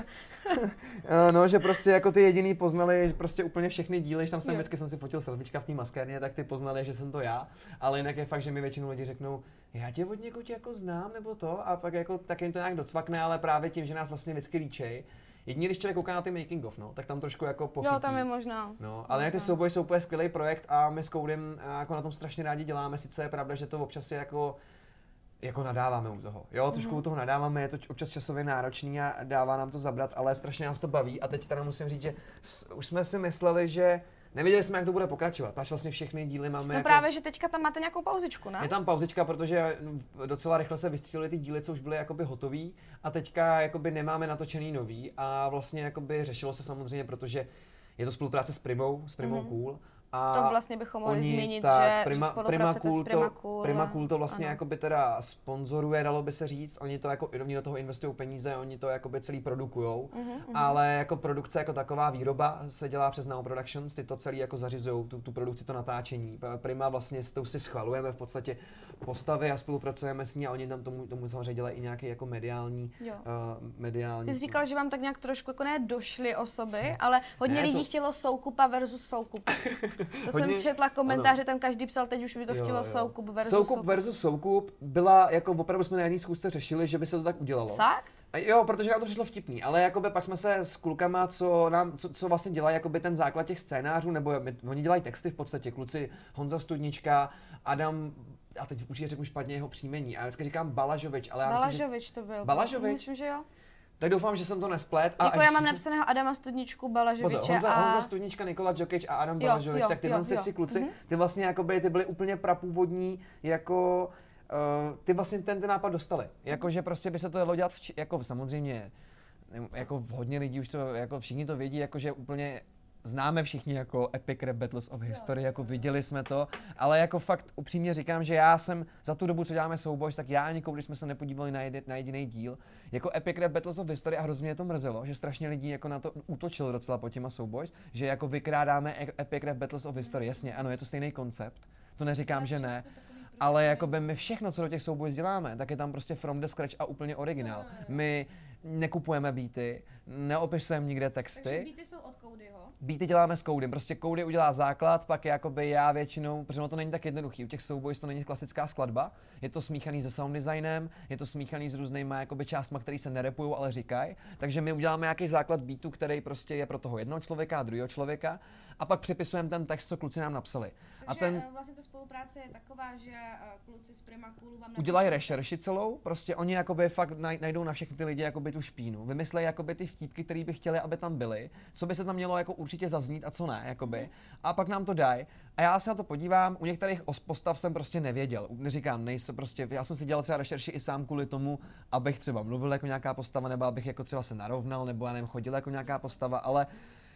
Speaker 2: No, že prostě jako ty jediný poznali prostě úplně všechny díly, že tam jsem vždycky jsem si fotil selfiečka v té maskérně, tak ty poznali, že jsem to já, ale jinak je fakt, že mi většinou lidi řeknou, já tě od někud jako znám nebo to, a pak jako tak jim to nějak docvakne, ale právě tím, že nás vlastně vždycky líčej. Jedině, když člověk kouká na ty making of, no, tak tam trošku jako pochytí.
Speaker 1: Jo, tam je možná.
Speaker 2: No, ale ty Soulboys jsou úplně skvělý projekt a my s Koudym jako na tom strašně rádi děláme, sice je pravda, že to občas je jako jako nadáváme u toho, jo, trošku mm-hmm. u toho nadáváme, je to občas časově náročný a dává nám to zabrat, ale strašně nás to baví a teď teda musím říct, že už jsme si mysleli, že nevěděli jsme, jak to bude pokračovat, páč vlastně všechny díly máme.
Speaker 1: No
Speaker 2: jako...
Speaker 1: právě, že teďka tam máte nějakou pauzičku, ne?
Speaker 2: Je tam pauzička, protože docela rychle se vystřílely ty díly, co už byly jakoby hotový a teďka jakoby nemáme natočený nový a vlastně jakoby řešilo se samozřejmě, protože je to spolupráce s Primou, s Primou mm-hmm. Cool. A
Speaker 1: to vlastně bychom mohli
Speaker 2: oni,
Speaker 1: zmínit,
Speaker 2: tak,
Speaker 1: že,
Speaker 2: Prima,
Speaker 1: že spolupracujete
Speaker 2: Prima
Speaker 1: s Prima Cool.
Speaker 2: Prima Cool to vlastně
Speaker 1: ano.
Speaker 2: jakoby teda sponzoruje, dalo by se říct, oni to jako, oni do toho investují peníze, oni to jakoby celý produkujou, mm-hmm. ale jako produkce jako taková výroba se dělá přes Now Productions, ty to celý jako zařizujou, tu, tu produkci, to natáčení. Prima vlastně s tou si schvalujeme v podstatě postavy a spolupracujeme s ní a oni tam tomu, tomu samozřejmě dělají i nějaký jako mediální, uh, mediální.
Speaker 1: Ty jsi říkal, že vám tak nějak trošku jako ne došly osoby, ale hodně ne, lidí to... chtělo Soukupa versus Soukup. To hodně... jsem četla komentáře, tam každý psal, teď už by to jo, chtělo jo. Soukup versus
Speaker 2: Soukup.
Speaker 1: Soukup
Speaker 2: versus Soukup byla, jako opravdu jsme na jedné schůzce řešili, že by se to tak udělalo.
Speaker 1: Fakt?
Speaker 2: A jo, protože nám to přišlo vtipný, ale jakoby pak jsme se s klukama, co, nám, co, co vlastně dělají jakoby ten základ těch scénářů, nebo my, oni dělají texty v podstatě, kluci Honza Studnička, Adam, a teď určitě řeknu špatně jeho příjmení, a já vždycky říkám Balažovič, ale já
Speaker 1: Balažovič
Speaker 2: myslím, že...
Speaker 1: to byl.
Speaker 2: Balažovič?
Speaker 1: Myslím, že jo.
Speaker 2: Tak doufám, že jsem to nesplet. A
Speaker 1: jako já mám napsaného Adama Studničku, Balažoviče
Speaker 2: Pozor, Honza,
Speaker 1: a...
Speaker 2: Honza Studnička, Nikola Djokic a Adam
Speaker 1: jo,
Speaker 2: Balažovič,
Speaker 1: jo,
Speaker 2: tak tyhle
Speaker 1: jo,
Speaker 2: tři
Speaker 1: jo.
Speaker 2: kluci,
Speaker 1: Mm-hmm.
Speaker 2: ty vlastně jakoby, ty byly úplně prapůvodní, jako... Uh, ty vlastně ten, ten nápad dostali. Jakože prostě by se to dalo dělat, v, jako samozřejmě, jako hodně lidí už to, jako všichni to vědí, jakože úplně známe všichni jako Epic Rap Battles of History, jako viděli jsme to, ale jako fakt upřímně říkám, že já jsem za tu dobu, co děláme Soulboys, tak já ani když jsme se nepodívali na, jedi, na jediný díl, jako Epic Rap Battles of History a hrozně mě to mrzelo, že strašně lidí jako na to útočilo docela po těma Soulboys, že jako vykrádáme Epic Rap Battles of History, jasně, ano, je to stejný koncept, to neříkám, že ne, ale jakoby my všechno, co do těch Soulboys děláme, tak je tam prostě from the scratch a úplně originál. My nekupujeme beaty, neopisujeme nikde texty.
Speaker 1: Takže beaty jsou od Koudyho.
Speaker 2: Beaty děláme s Koudym, prostě Koudy udělá základ, pak jakoby já většinou, protože ono to není tak jednoduchý, u těch Soulboys to není klasická skladba, je to smíchaný se sound designem, je to smíchaný s různýma jakoby částma, které se nerepujou, ale říkají, takže my uděláme nějaký základ beatu, který prostě je pro toho jednoho člověka a druhého člověka a pak připisujeme ten text, co kluci nám napsali.
Speaker 1: Takže
Speaker 2: a ten
Speaker 1: vlastně ta spolupráce je taková, že kluci z Prima Coolu vám
Speaker 2: udělají rešerši celou, prostě oni jakoby fakt najdou na všechny ty lidi jakoby tu špínu, vymyslejí jakoby ty vtípky, které by chtěli, aby tam byly, co by se tam mělo jako určitě zaznít a co ne, jakoby. A pak nám to dají. A já se na to podívám, u některých postav jsem prostě nevěděl. Neříkám, nejsem prostě, já jsem si dělal třeba rešerši i sám kvůli tomu, abych třeba mluvil jako nějaká postava, nebo abych jako třeba se narovnal, nebo já nevím, chodil jako nějaká postava, ale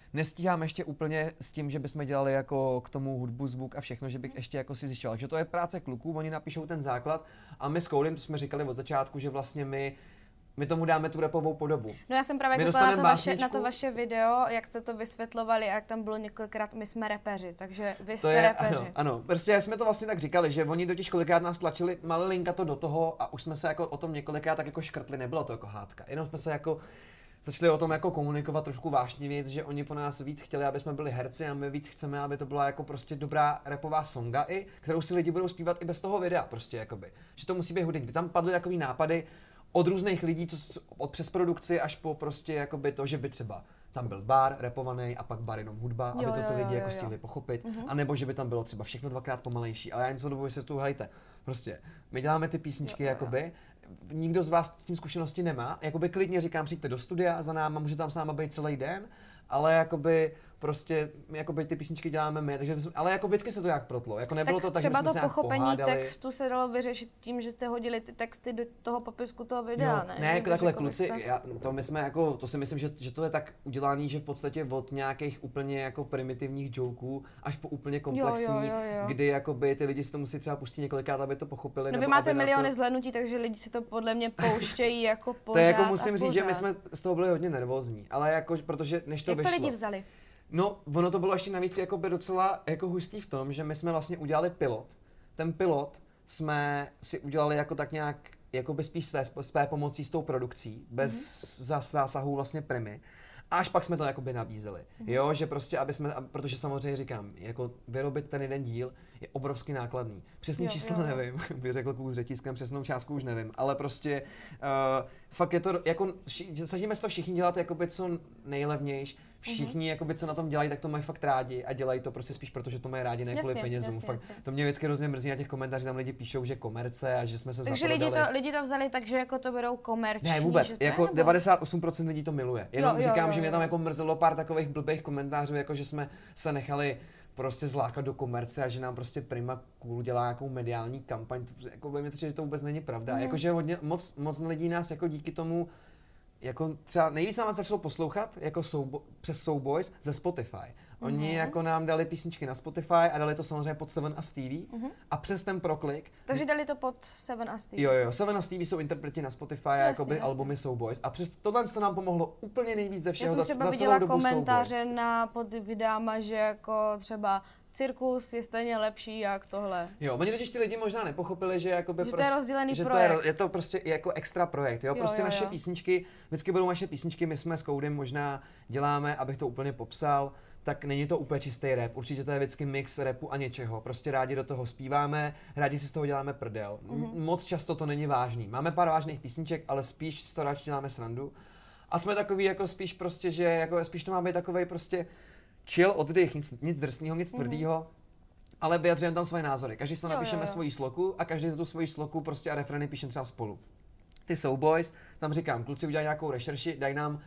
Speaker 2: nestíhám ještě úplně s tím, že bychom dělali jako k tomu hudbu, zvuk a všechno, že bych ještě jako si zjišťoval. Takže to je práce kluků, oni napíšou ten základ a my s Codym, to jsme říkali od začátku, že vlastně my My tomu dáme tu rapovou podobu.
Speaker 1: No já jsem právě koukala na to, vaše, na to vaše video, jak jste to vysvětlovali a jak tam bylo několikrát, my jsme repeři, takže vy jste
Speaker 2: to je,
Speaker 1: repeři.
Speaker 2: Ano, ano, prostě jsme to vlastně tak říkali, že oni totiž kolikrát nás tlačili malinka to do toho a už jsme se jako o tom několikrát tak jako škrtli, nebylo to jako hádka, jenom jsme se jako začali o tom jako komunikovat trošku vážně, že oni po nás víc chtěli, aby jsme byli herci a my víc chceme, aby to byla jako prostě dobrá rapová songa i, kterou si lidi budou zpívat i bez toho videa prostě jakoby. Že to musí být hudební. Tam padly takový nápady od různých lidí, co, od přes produkci až po prostě jakoby to, že by třeba tam byl bar repovaný a pak bar jenom hudba, jo, aby to ty lidi jo, jako stihli pochopit, uh-huh. a nebo že by tam bylo třeba všechno dvakrát pomalejší, ale já něco dobu se tu hejte. Prostě, my děláme ty písničky, jo, jo, jakoby, nikdo z vás s tím zkušenosti nemá, jakoby klidně říkám, přijďte do studia za náma, může tam s náma být celý den, ale jakoby prostě jakoby ty písničky děláme my, takže ale jako vždycky se to jak protlo, jako nebylo
Speaker 1: tak
Speaker 2: to tak,
Speaker 1: třeba
Speaker 2: že jsme
Speaker 1: to
Speaker 2: se
Speaker 1: pochopení
Speaker 2: pohádali.
Speaker 1: Textu se dalo vyřešit tím, že jste hodili ty texty do toho popisku toho videa,
Speaker 2: jo,
Speaker 1: ne?
Speaker 2: Ne, jako takhle kluci, já, to my jsme jako, to si myslím, že, že to je tak udělaný, že v podstatě od nějakých úplně jako primitivních joků až po úplně komplexní, jo, jo, jo, jo. kdy jakoby ty lidi si to musí třeba pustit několikrát, aby to pochopili.
Speaker 1: No
Speaker 2: nebo
Speaker 1: vy máte
Speaker 2: aby
Speaker 1: miliony
Speaker 2: to...
Speaker 1: zhlédnutí, takže lidi si to podle mě pouštějí jako pořád.
Speaker 2: To je jako musím říct,
Speaker 1: pořád.
Speaker 2: že my jsme z toho byli hodně nervózní, ale jako, protože než to
Speaker 1: Jak
Speaker 2: vyšlo.
Speaker 1: Jak to lidi vzali?
Speaker 2: No, ono to bylo ještě navíc jakoby docela jako hustý v tom, že my jsme vlastně udělali pilot. Ten pilot jsme si udělali jako tak nějak, jakoby spíš své, své pomocí s tou produkcí, bez mm-hmm. zásahů vlastně Primy. A až pak jsme to jakoby nabízeli. Mm-hmm. Jo, že prostě, aby jsme, protože samozřejmě říkám, jako vyrobit ten jeden díl je obrovsky nákladný. Přesný jo, číslo jo, jo. nevím, by řekl kluk s řetízkem, přesnou částku už nevím, ale prostě uh, fakt je to, jako snažíme se to všichni dělat jakoby co nejlevnější. Všichni, mm-hmm. jakoby, co na tom dělají, tak to mají fakt rádi a dělají to prostě spíš proto, že to mají rádi, ne kvůli penězům.
Speaker 1: Jasně,
Speaker 2: fakt,
Speaker 1: jasně.
Speaker 2: To mě vždycky hrozně mrzí na těch komentářích, tam lidi píšou, že komerce a že jsme se
Speaker 1: takže
Speaker 2: zaprodali.
Speaker 1: lidi to, lidi to vzali tak, že jako to berou komerční.
Speaker 2: Ne, vůbec,
Speaker 1: že
Speaker 2: jako
Speaker 1: je,
Speaker 2: devadesát osm procent lidí to miluje. Jenom
Speaker 1: jo, jo,
Speaker 2: říkám,
Speaker 1: jo,
Speaker 2: že mě
Speaker 1: jo.
Speaker 2: tam jako mrzelo pár takových blbých komentářů, jako že jsme se nechali prostě zlákat do komerce a že nám prostě Prima Cool dělá nějakou mediální kampaň. To, jako by mi to, že to vůbec není pravda. Mm. Jakože hodně, moc, moc lidí nás jako díky tomu jako třeba nejvíc nám začalo poslouchat jako soubo- přes Soulboys ze Spotify. Oni mm-hmm. jako nám dali písničky na Spotify a dali to samozřejmě pod Seven a Stevie mm-hmm. a přes ten proklik.
Speaker 1: Takže dali to pod Seven a Stevie.
Speaker 2: Jo, jo, Seven a Stevie jsou interpreti na Spotify a jakoby
Speaker 1: jasně.
Speaker 2: albumy Soulboys a přes tohle to nám pomohlo úplně nejvíc ze všeho.
Speaker 1: Já jsem třeba
Speaker 2: za, za
Speaker 1: viděla
Speaker 2: dobu
Speaker 1: komentáře
Speaker 2: Soulboys.
Speaker 1: na pod videama, že jako třeba Cirkus je stejně lepší jak tohle.
Speaker 2: Jo, oni totiž ty lidi možná nepochopili, že jakoby
Speaker 1: že
Speaker 2: prostě,
Speaker 1: to je rozdílený
Speaker 2: že
Speaker 1: projekt.
Speaker 2: To je, je to prostě jako extra projekt, jo,
Speaker 1: jo
Speaker 2: prostě
Speaker 1: jo,
Speaker 2: naše
Speaker 1: jo.
Speaker 2: písničky, vždycky budou naše písničky, my jsme s Codym možná děláme, abych to úplně popsal, tak není to úplně čistý rap, určitě to je vždycky mix rapu a něčeho, prostě rádi do toho zpíváme, rádi si z toho děláme prdel. Mm-hmm. Moc často to není vážný, máme pár vážných písniček, ale spíš z toho radši děláme srandu. A jsme takový jako spíš prostě, že jako spíš to má být takovej prostě chill, oddych, nic, nic drsného, nic tvrdého. Mm-hmm. Ale vyjadřujeme tam své názory. Každý si napíšeme svoji sloku a každý za tu svoji sloku prostě a refrény píšeme třeba spolu. Ty Soulboys, tam říkám, kluci udělají nějakou rešerši, dají nám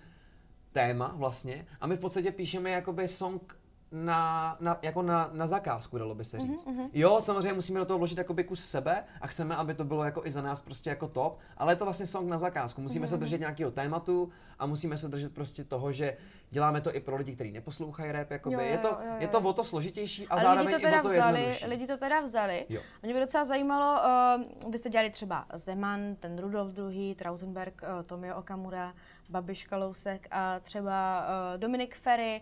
Speaker 2: téma vlastně a my v podstatě píšeme jakoby song na, na, jako na, na zakázku, dalo by se říct. Mm-hmm. Jo, samozřejmě musíme do toho vložit jakoby kus sebe a chceme, aby to bylo jako i za nás prostě jako top, ale je to vlastně song na zakázku. Musíme mm-hmm. se držet nějakého tématu a musíme se držet prostě toho, že děláme to i pro lidi, kteří neposlouchají rap, jakoby. Jo, jo, je, to, jo, jo. je to o to složitější a, a zároveň lidi to teda i o to
Speaker 1: vzali,
Speaker 2: jednodušší.
Speaker 1: Lidi to teda vzali. Jo. A mě by docela zajímalo, uh, vy jste dělali třeba Zeman, ten Rudolf druhý, Trautenberg, uh, Tomio Okamura, Babiš Kalousek a třeba uh, Dominik Ferry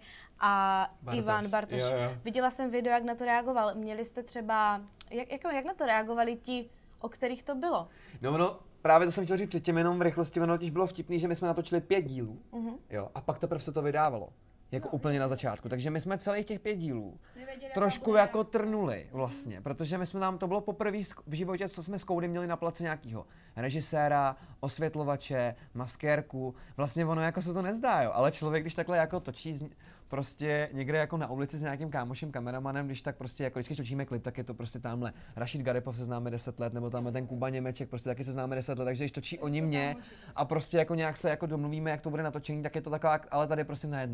Speaker 1: a Bartoš. Ivan Bartoš. Jo, jo. Viděla jsem video, jak na to reagoval. Měli jste třeba, jak, jako, jak na to reagovali ti, o kterých to bylo?
Speaker 2: No, no, právě to jsem chtěl říct předtím, jenom v rychlosti, ono totiž bylo vtipný, že my jsme natočili pět dílů, uh-huh. jo, a pak teprve se to vydávalo. Jako no, úplně na začátku. Takže my jsme celých těch pět dílů nevěděli, trošku jako trnuli vlastně, protože my jsme nám, to bylo poprvé v životě, co jsme s Codym měli na place nějakýho režiséra, osvětlovače, maskérku. Vlastně ono jako se to nezdá, jo, ale člověk, když takhle jako točí z, prostě někde jako na ulici s nějakým kámošem, kameramanem, když tak prostě jako vždycky točíme klip, tak je to prostě tamhle Rašid Garipov se známe deset let, nebo tamhle ten Kuba Němeček, prostě taky se známe deset let, takže když točí oni mě a prostě jako nějak se jako domluvíme, jak to bude natočení, tak je to taková, ale tady prostě najednou.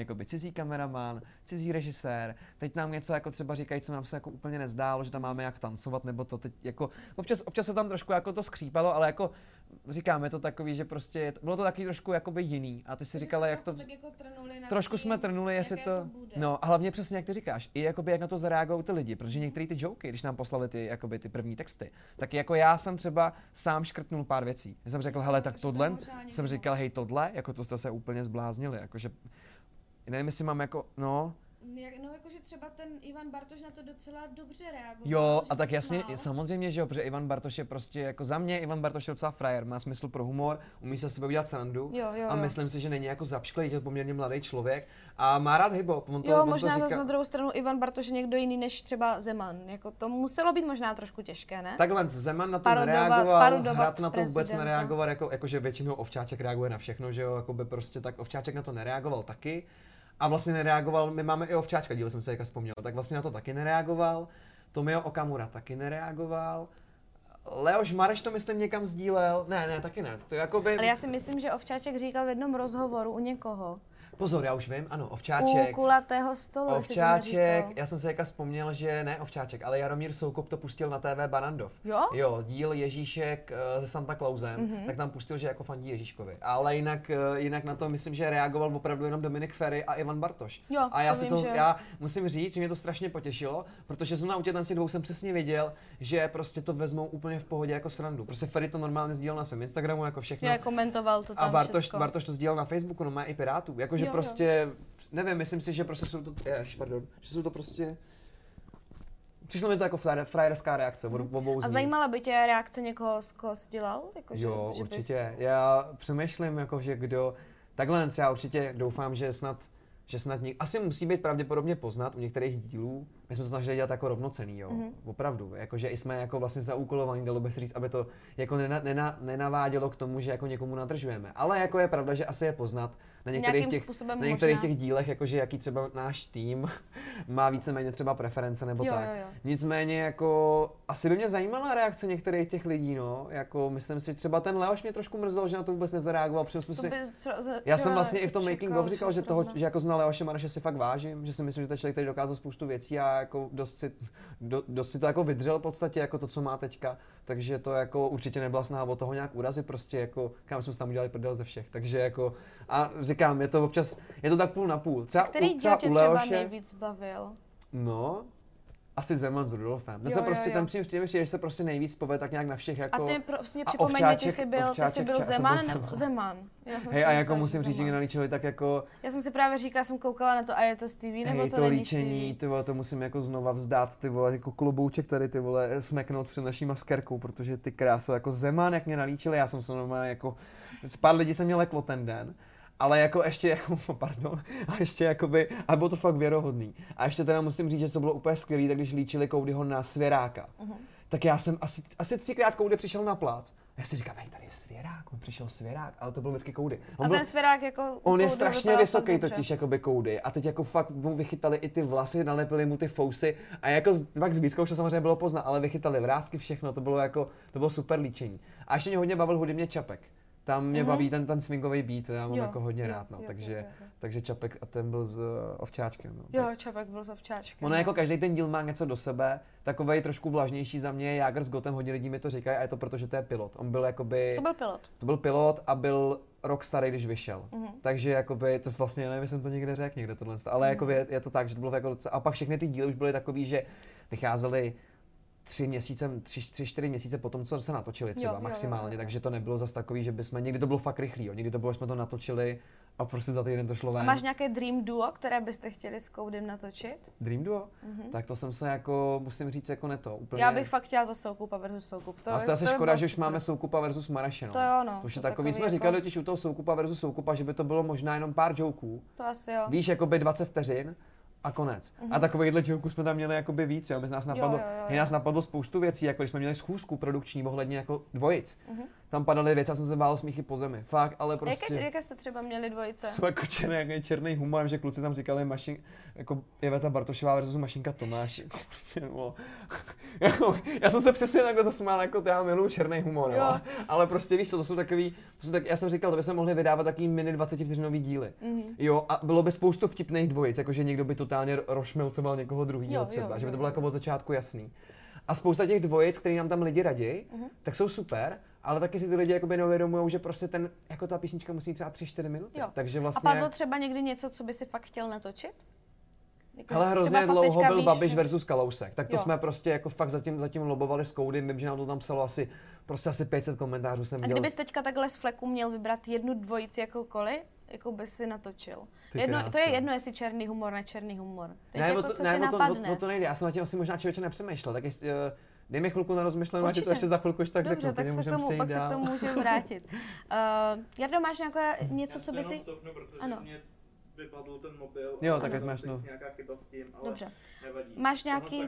Speaker 2: jakoby cizí kameraman, cizí režisér, teď nám něco jako třeba říkají, co nám se jako úplně nezdálo, že tam máme jak tancovat, nebo to teď jako, občas, občas se tam trošku jako to skřípalo, ale jako říkáme to takový, že prostě bylo to taky trošku jakoby jiný a ty si říkala, jak to,
Speaker 1: tak jako trnuli na
Speaker 2: trošku jsme trnuli, jestli to,
Speaker 1: to bude.
Speaker 2: no a hlavně přesně jak ty říkáš, i jakoby jak na to zareagují ty lidi, protože některé ty joky, když nám poslali ty, jakoby ty první texty, tak jako já jsem třeba sám škrtnul pár věcí. Já jsem řekl, hele, tak tohle, jsem říkal, hej, tohle, jako to jste se úplně zbláznili, jakože, nevím, jestli mám jako, no,
Speaker 1: No, jakože třeba ten Ivan Bartoš na to docela dobře reagoval.
Speaker 2: Jo, a tak jasně, smál. Samozřejmě, že jo, protože Ivan Bartoš je prostě jako za mě, Ivan Bartoš je docela frajer, má smysl pro humor, umí se sebe udělat srandu
Speaker 1: jo, jo,
Speaker 2: a
Speaker 1: jo.
Speaker 2: myslím si, že není jako zapšklý, je to poměrně mladý člověk a má rád hip-hop. On to,
Speaker 1: jo,
Speaker 2: on
Speaker 1: možná
Speaker 2: to říká...
Speaker 1: zase na druhou stranu Ivan Bartoš je někdo jiný než třeba Zeman. Jako to muselo být možná trošku těžké, ne?
Speaker 2: Takhle Zeman na to
Speaker 1: Parodovat-
Speaker 2: nereagoval,
Speaker 1: parodovat
Speaker 2: Hrad na to vůbec
Speaker 1: prezidenta.
Speaker 2: nereagoval, jako, jakože většinou Ovčáček reaguje na všechno, že jo, jako by prostě tak Ovčáček na to nereagoval taky. A vlastně nereagoval, my máme i Ovčáčka, díl jsem se teďka vzpomněl, tak vlastně na to taky nereagoval. Tomio Okamura taky nereagoval. Leoš Mareš to myslím někam sdílel. Ne, ne, taky ne. To jakoby...
Speaker 1: Ale já si myslím, že Ovčáček říkal v jednom rozhovoru u někoho.
Speaker 2: Pozor, já už vím, ano, Ovčáček.
Speaker 1: U kulatého stolu, jestli to
Speaker 2: Ovčáček,
Speaker 1: neříkal.
Speaker 2: já jsem se teďka vzpomněl, že ne Ovčáček, ale Jaromír Soukup to pustil na T V Barandov.
Speaker 1: Jo?
Speaker 2: Jo, díl Ježíšek uh, se Santa Clausem, mm-hmm. tak tam pustil, že jako fandí Ježíškovi. Ale jinak, uh, jinak na to myslím, že reagoval opravdu jenom Dominik Ferry a Ivan Bartoš.
Speaker 1: Jo,
Speaker 2: a já
Speaker 1: to
Speaker 2: si
Speaker 1: vím,
Speaker 2: to,
Speaker 1: že...
Speaker 2: já musím říct, že mě to strašně potěšilo, protože zrovna u těch dvou jsem přesně věděl, že prostě to vezmou úplně v pohodě jako srandu. Prostě Ferry to normálně sdílel na svém Instagramu jako všechno.
Speaker 1: Já komentoval to tam
Speaker 2: A Bartoš,
Speaker 1: všecko.
Speaker 2: Bartoš to sdílel na Facebooku, no má i Pirátů. Jakože
Speaker 1: Jo,
Speaker 2: prostě, nevím, myslím si, že prostě jsou to, jež, pardon, že jsou to prostě, přišlo mi to jako frajerská reakce od obou z
Speaker 1: A
Speaker 2: nich.
Speaker 1: zajímala by tě reakce někoho, z koho jsi dělal? Jako,
Speaker 2: Jo,
Speaker 1: že, že
Speaker 2: určitě.
Speaker 1: Bys...
Speaker 2: Já přemýšlím, jako, že kdo, takhle já určitě doufám, že snad, že snad něk... asi musí být pravděpodobně poznat u některých dílů. My jsme se snažili dělat jako rovnocenný, jo, mm-hmm. opravdu, jakože i jsme jako vlastně zaúkolovaní, dalo by se říct, aby to jako nena, nena, nenavádělo k tomu, že jako někomu nadržujeme. Ale jako je pravda, že asi je poznat na některých, těch, na některých těch dílech, jakože jaký třeba náš tým má víceméně třeba preference nebo
Speaker 1: jo,
Speaker 2: tak.
Speaker 1: Jo, jo.
Speaker 2: Nicméně jako asi by mě zajímala reakce některých těch lidí, no, jako myslím si, třeba ten Leoš mě trošku mrzelo, že na to vůbec nezareagoval, protože jsme si...
Speaker 1: Třeba,
Speaker 2: Já jsem vlastně i v tom
Speaker 1: čekal,
Speaker 2: making of říkal, že toho,
Speaker 1: zrovna.
Speaker 2: že jako zna Leoše Mareše si fakt vážím, že si myslím, že to je člověk, který dokázal spoustu věcí a jako dost si, do, dost si to jako vydřel v podstatě, jako to, co má teďka, takže to jako určitě nebyla snaha o toho nějak urazit, prostě jako, kam jsme si tam udělali prdel ze všech, takže jako, a říkám, je to občas, je to tak půl na půl. Třeba,
Speaker 1: Který
Speaker 2: u, třeba
Speaker 1: díl tě
Speaker 2: u
Speaker 1: třeba
Speaker 2: Leoše,
Speaker 1: nejvíc bavil?
Speaker 2: No, asi Zeman s Rudolfem. Ten
Speaker 1: Jo,
Speaker 2: se
Speaker 1: jo,
Speaker 2: prostě,
Speaker 1: jo.
Speaker 2: ten přijde, přijde, že se prostě nejvíc povede tak nějak na všech, jako...
Speaker 1: A ty prostě mě
Speaker 2: a
Speaker 1: připomeň, ty
Speaker 2: Ovčáček-
Speaker 1: jsi byl, ty jsi
Speaker 2: Ovčáček
Speaker 1: byl
Speaker 2: ča- jsem
Speaker 1: Zeman
Speaker 2: byl
Speaker 1: nebo
Speaker 2: Zeman.
Speaker 1: Zeman? Já jsem
Speaker 2: Hej,
Speaker 1: si
Speaker 2: a
Speaker 1: myslela,
Speaker 2: jako
Speaker 1: že
Speaker 2: musím říct, že
Speaker 1: Zeman.
Speaker 2: mě nalíčili tak jako...
Speaker 1: Já jsem si právě říkala, jsem koukala na to, a je to Stevie, nebo
Speaker 2: Hej,
Speaker 1: to,
Speaker 2: to
Speaker 1: není
Speaker 2: líčení,
Speaker 1: Stevie?
Speaker 2: ty vole, to musím jako znova vzdát, ty vole, jako klobouček tady, ty vole, smeknout před naší maskerkou, protože ty kráso, jako Zeman, jak mě nalíčili, já jsem se normálně jako, pár lidí jsem měl leklo ten den, ale jako ještě, jako, pardon, a ještě jakoby, a bylo to fakt věrohodný. A ještě teda musím říct, že to bylo úplně skvělý, tak když líčili Codyho na Svěráka, uh-huh. tak já jsem asi, asi třikrát Cody přišel na plác. Já si říkám, hej, tady je Svěrák, on přišel Svěrák, ale to byl vždycky Cody. On
Speaker 1: A
Speaker 2: byl,
Speaker 1: ten Svěrák jako...
Speaker 2: on je
Speaker 1: Cody
Speaker 2: strašně
Speaker 1: vypadal
Speaker 2: vysoký
Speaker 1: fakt dobře.
Speaker 2: totiž, jakoby Cody. A teď jako fakt mu vychytali i ty vlasy, nalepili mu ty fousy. A jako z- fakt zblízka už to samozřejmě bylo poznat, ale vychytali vrásky, všechno, to bylo jako, to bylo super líčení. A ještě mě hodně bavil hudebně Čapek. Tam mě mm-hmm. baví ten, ten swingový beat, já mám
Speaker 1: Jo,
Speaker 2: jako hodně
Speaker 1: jo,
Speaker 2: rád, no,
Speaker 1: jo,
Speaker 2: takže,
Speaker 1: jo, jo, jo.
Speaker 2: takže Čapek a ten byl s uh, Ovčáčkem, no.
Speaker 1: Jo, Čapek byl s Ovčáčkem.
Speaker 2: Ono jako každý ten díl má něco do sebe, takovej trošku vlažnější za mě je Jágr s Gotem, hodně lidí mi to říkají a je to proto, že to je pilot. On byl jakoby...
Speaker 1: To byl pilot.
Speaker 2: To byl pilot a byl rok starý, když vyšel.
Speaker 1: Mhm.
Speaker 2: Takže jakoby to vlastně, nevím, jestli jsem to někde řekl někde tohle, ale jakoby je, je to tak, že to bylo jako docela, a pak všechny ty díly už byly takový, že vycházely tři měsíce, tři, tři, čtyři měsíce po tom, co se natočili třeba
Speaker 1: Jo, jo,
Speaker 2: maximálně,
Speaker 1: jo, jo.
Speaker 2: takže to nebylo zas takový, že bychom, někdy to bylo fakt rychlý, jo. Někdy to bylo, že jsme to natočili a prostě za týden to šlo
Speaker 1: A
Speaker 2: ven.
Speaker 1: máš nějaké dream duo, které byste chtěli s Codym natočit?
Speaker 2: Dream Duo?
Speaker 1: Mhm.
Speaker 2: Tak to jsem se jako, musím říct, jako ne to, úplně.
Speaker 1: Já bych fakt chtěla to Soukupa versus Soukup. To,
Speaker 2: A to
Speaker 1: to
Speaker 2: asi
Speaker 1: by
Speaker 2: škoda,
Speaker 1: bylo
Speaker 2: že už
Speaker 1: super.
Speaker 2: máme Soukupa versus Maraše, no.
Speaker 1: To jo, no.
Speaker 2: To už je
Speaker 1: to
Speaker 2: takový, jsme
Speaker 1: jako-
Speaker 2: říkali totiž u toho Soukupa versus Soukupa, že by to bylo možná jenom pár joků.
Speaker 1: To asi jo.
Speaker 2: Víš, jakoby dvacet vteřin a konec. Mm-hmm. A takovýhle joků jsme tam měli jakoby víc, jo, by nás napadlo,
Speaker 1: jo, jo, jo.
Speaker 2: hej, nás napadlo spoustu věcí, jako když jsme měli schůzku produkční ohledně jako dvojic. Mm-hmm. tam padaly věci, já jsem se bál smíchy po zemi. Fakt, ale prostě...
Speaker 1: Jaké, jaké jste třeba měli dvojice?
Speaker 2: Jsou jako černý, černý humor, že kluci tam říkali mašin, jako Iveta Bartošová versus Mašinka Tomáš. Jako prostě, no. Já jsem se přesně takhle zasmál, jako já miluju černý humor, jo. Ale prostě víš co, to jsou takový, to jsou tak, já jsem říkal, to by se mohli vydávat takový mini dvacetivteřinový díly. Mm-hmm. Jo, a bylo by spoustu vtipných dvojic, jakože někdo by totálně rošmilcoval někoho druhýho třeba, jo, že by to bylo jako od začátku jasný. A spousta těch dvojic, který nám tam lidi radí, mm-hmm. tak jsou super, ale taky si ty lidi jakoby neuvědomujou, že prostě ten, jako ta písnička musí třeba tři čtyři minuty.
Speaker 1: Jo.
Speaker 2: Takže vlastně...
Speaker 1: A padlo třeba někdy něco, co by si fakt chtěl natočit?
Speaker 2: Jako, ale hrozně dlouho byl
Speaker 1: víš,
Speaker 2: Babiš versus Kalousek, tak to
Speaker 1: jo.
Speaker 2: jsme prostě jako fakt zatím, zatím lobovali s Koudym, vím, že nám to tam psalo asi, prostě asi pět set komentářů jsem
Speaker 1: A
Speaker 2: dělal.
Speaker 1: kdybys teďka takhle z fleku měl vybrat jednu dvojici jakoukoliv, jakou bys si natočil? Jedno, to je jedno, jestli černý humor, ne černý humor. Teď
Speaker 2: ne,
Speaker 1: jako,
Speaker 2: to,
Speaker 1: co
Speaker 2: ne,
Speaker 1: tě
Speaker 2: to,
Speaker 1: napadne?
Speaker 2: to, to nejde, já jsem na tím asi možná člověče nepřemýšlel, tak jest, uh, dej mi chvilku na rozmyšlení, ať to ještě za chvilku ještě tak
Speaker 1: Dobře,
Speaker 2: řeknu,
Speaker 1: tak se k tomu, pak se k tomu můžeme vrátit. Uh, Jardo, máš nějaké něco, co by si...
Speaker 4: Stopnu, ano. Mě vypadl ten mobil.
Speaker 2: Jo, tak ať máš no.
Speaker 4: Nějaká chyba s tím, ale
Speaker 1: dobře.
Speaker 4: Nevadí.
Speaker 1: Máš nějaký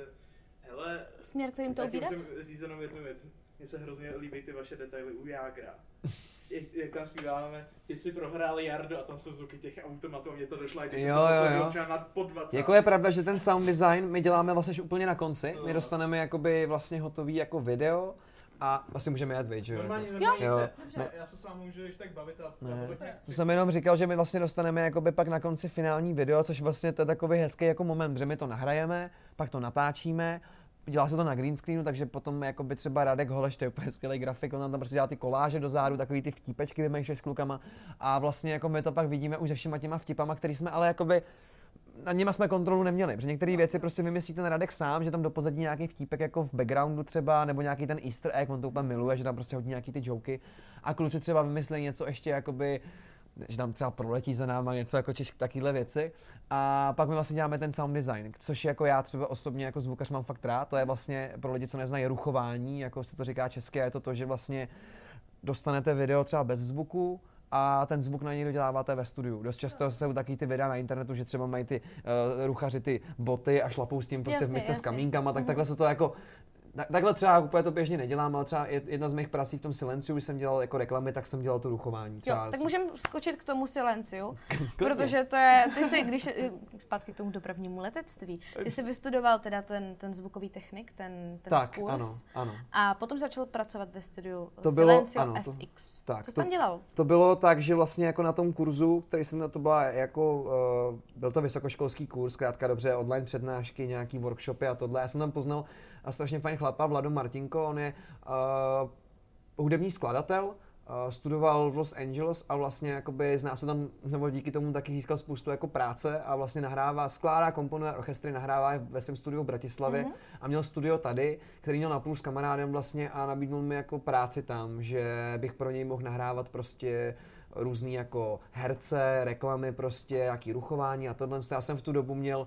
Speaker 4: Hele,
Speaker 1: směr, kterým to ubírat?
Speaker 4: Já jsem řízenou jednu věc. Mně se hrozně líbí ty vaše detaily u Jágra. Jak, jak tam zpíváme, ty si prohráli Jardo a tam jsou zvuky těch automatů a mě to došlo, když
Speaker 2: jo,
Speaker 4: jsem to
Speaker 2: jo, jo.
Speaker 4: třeba na pod dvacet.
Speaker 2: Jako je pravda, že ten sound design my děláme vlastně úplně na konci,
Speaker 4: no.
Speaker 2: My dostaneme jakoby vlastně hotový jako video a asi můžeme jet, viď, že jo?
Speaker 4: Normálně, normálně,
Speaker 2: jo.
Speaker 4: Dobře, no. Já se s vámi můžu ještě tak bavit a
Speaker 2: ne. To jsem jenom říkal, že my vlastně dostaneme jakoby pak na konci finální video, což vlastně to je takový hezký jako moment, že my to nahrajeme, pak to natáčíme, dělá se to na green screenu, takže potom jakoby třeba Radek Holeš, to je úplně skvělý grafik, on tam prostě dělá ty koláže do zádu, takový ty vtípečky vymýšlej s klukama a vlastně jako my to pak vidíme už se všema těma vtipama, který jsme ale jakoby nad nima jsme kontrolu neměli, protože některé věci prostě vymyslí ten Radek sám, že tam do pozadí nějaký vtípek jako v backgroundu třeba, nebo nějaký ten easter egg, on to úplně miluje, že tam prostě hodí nějaký ty joky a kluci třeba vymyslí něco ještě jakoby, že tam třeba proletí za náma něco jako česk, takovýhle věci a pak my vlastně děláme ten sound design, což jako já třeba osobně jako zvukař mám fakt rád, to je vlastně pro lidi, co neznají ruchování, jako se to říká česky, a je to to, že vlastně dostanete video třeba bez zvuku a ten zvuk na něj doděláváte ve studiu. Dost často jsou taky ty videa na internetu, že třeba mají ty uh, ruchaři ty boty a šlapou s tím prostě jasně, v místě s kamínkama, tak mm. takhle se to jako takhle třeba úplně to běžně nedělám, ale třeba jedna z mých prací v tom Silenciu, když jsem dělal jako reklamy, tak jsem dělal to ruchování.
Speaker 1: Jo, tak můžeme skočit k tomu Silenciu, protože to je, ty jsi, když, zpátky k tomu dopravnímu letectví, ty jsi vystudoval teda ten, ten zvukový technik, ten, ten
Speaker 2: tak,
Speaker 1: kurz
Speaker 2: ano, ano.
Speaker 1: a potom začal pracovat ve studiu
Speaker 2: to
Speaker 1: Silencio
Speaker 2: bylo, ano,
Speaker 1: F X.
Speaker 2: To, tak,
Speaker 1: Co jsi
Speaker 2: to,
Speaker 1: tam dělal?
Speaker 2: To bylo tak, že vlastně jako na tom kurzu, který jsem na to byla jako, uh, byl to vysokoškolský kurz, zkrátka dobře, online přednášky, nějaký workshopy a tohle, já jsem tam poznal a strašně fajn chlapa, Vlado Martinko, on je uh, hudební skladatel, uh, studoval v Los Angeles a vlastně jakoby zná se tam, nebo díky tomu taky získal spoustu jako práce a vlastně nahrává, skládá, komponuje orchestry, nahrává ve svém studiu v Bratislavě mm-hmm. a měl studio tady, který měl napůl s kamarádem vlastně a nabídnul mi jako práci tam, že bych pro něj mohl nahrávat prostě různý jako herce, reklamy prostě, jaký ruchování a tohle. Já jsem v tu dobu měl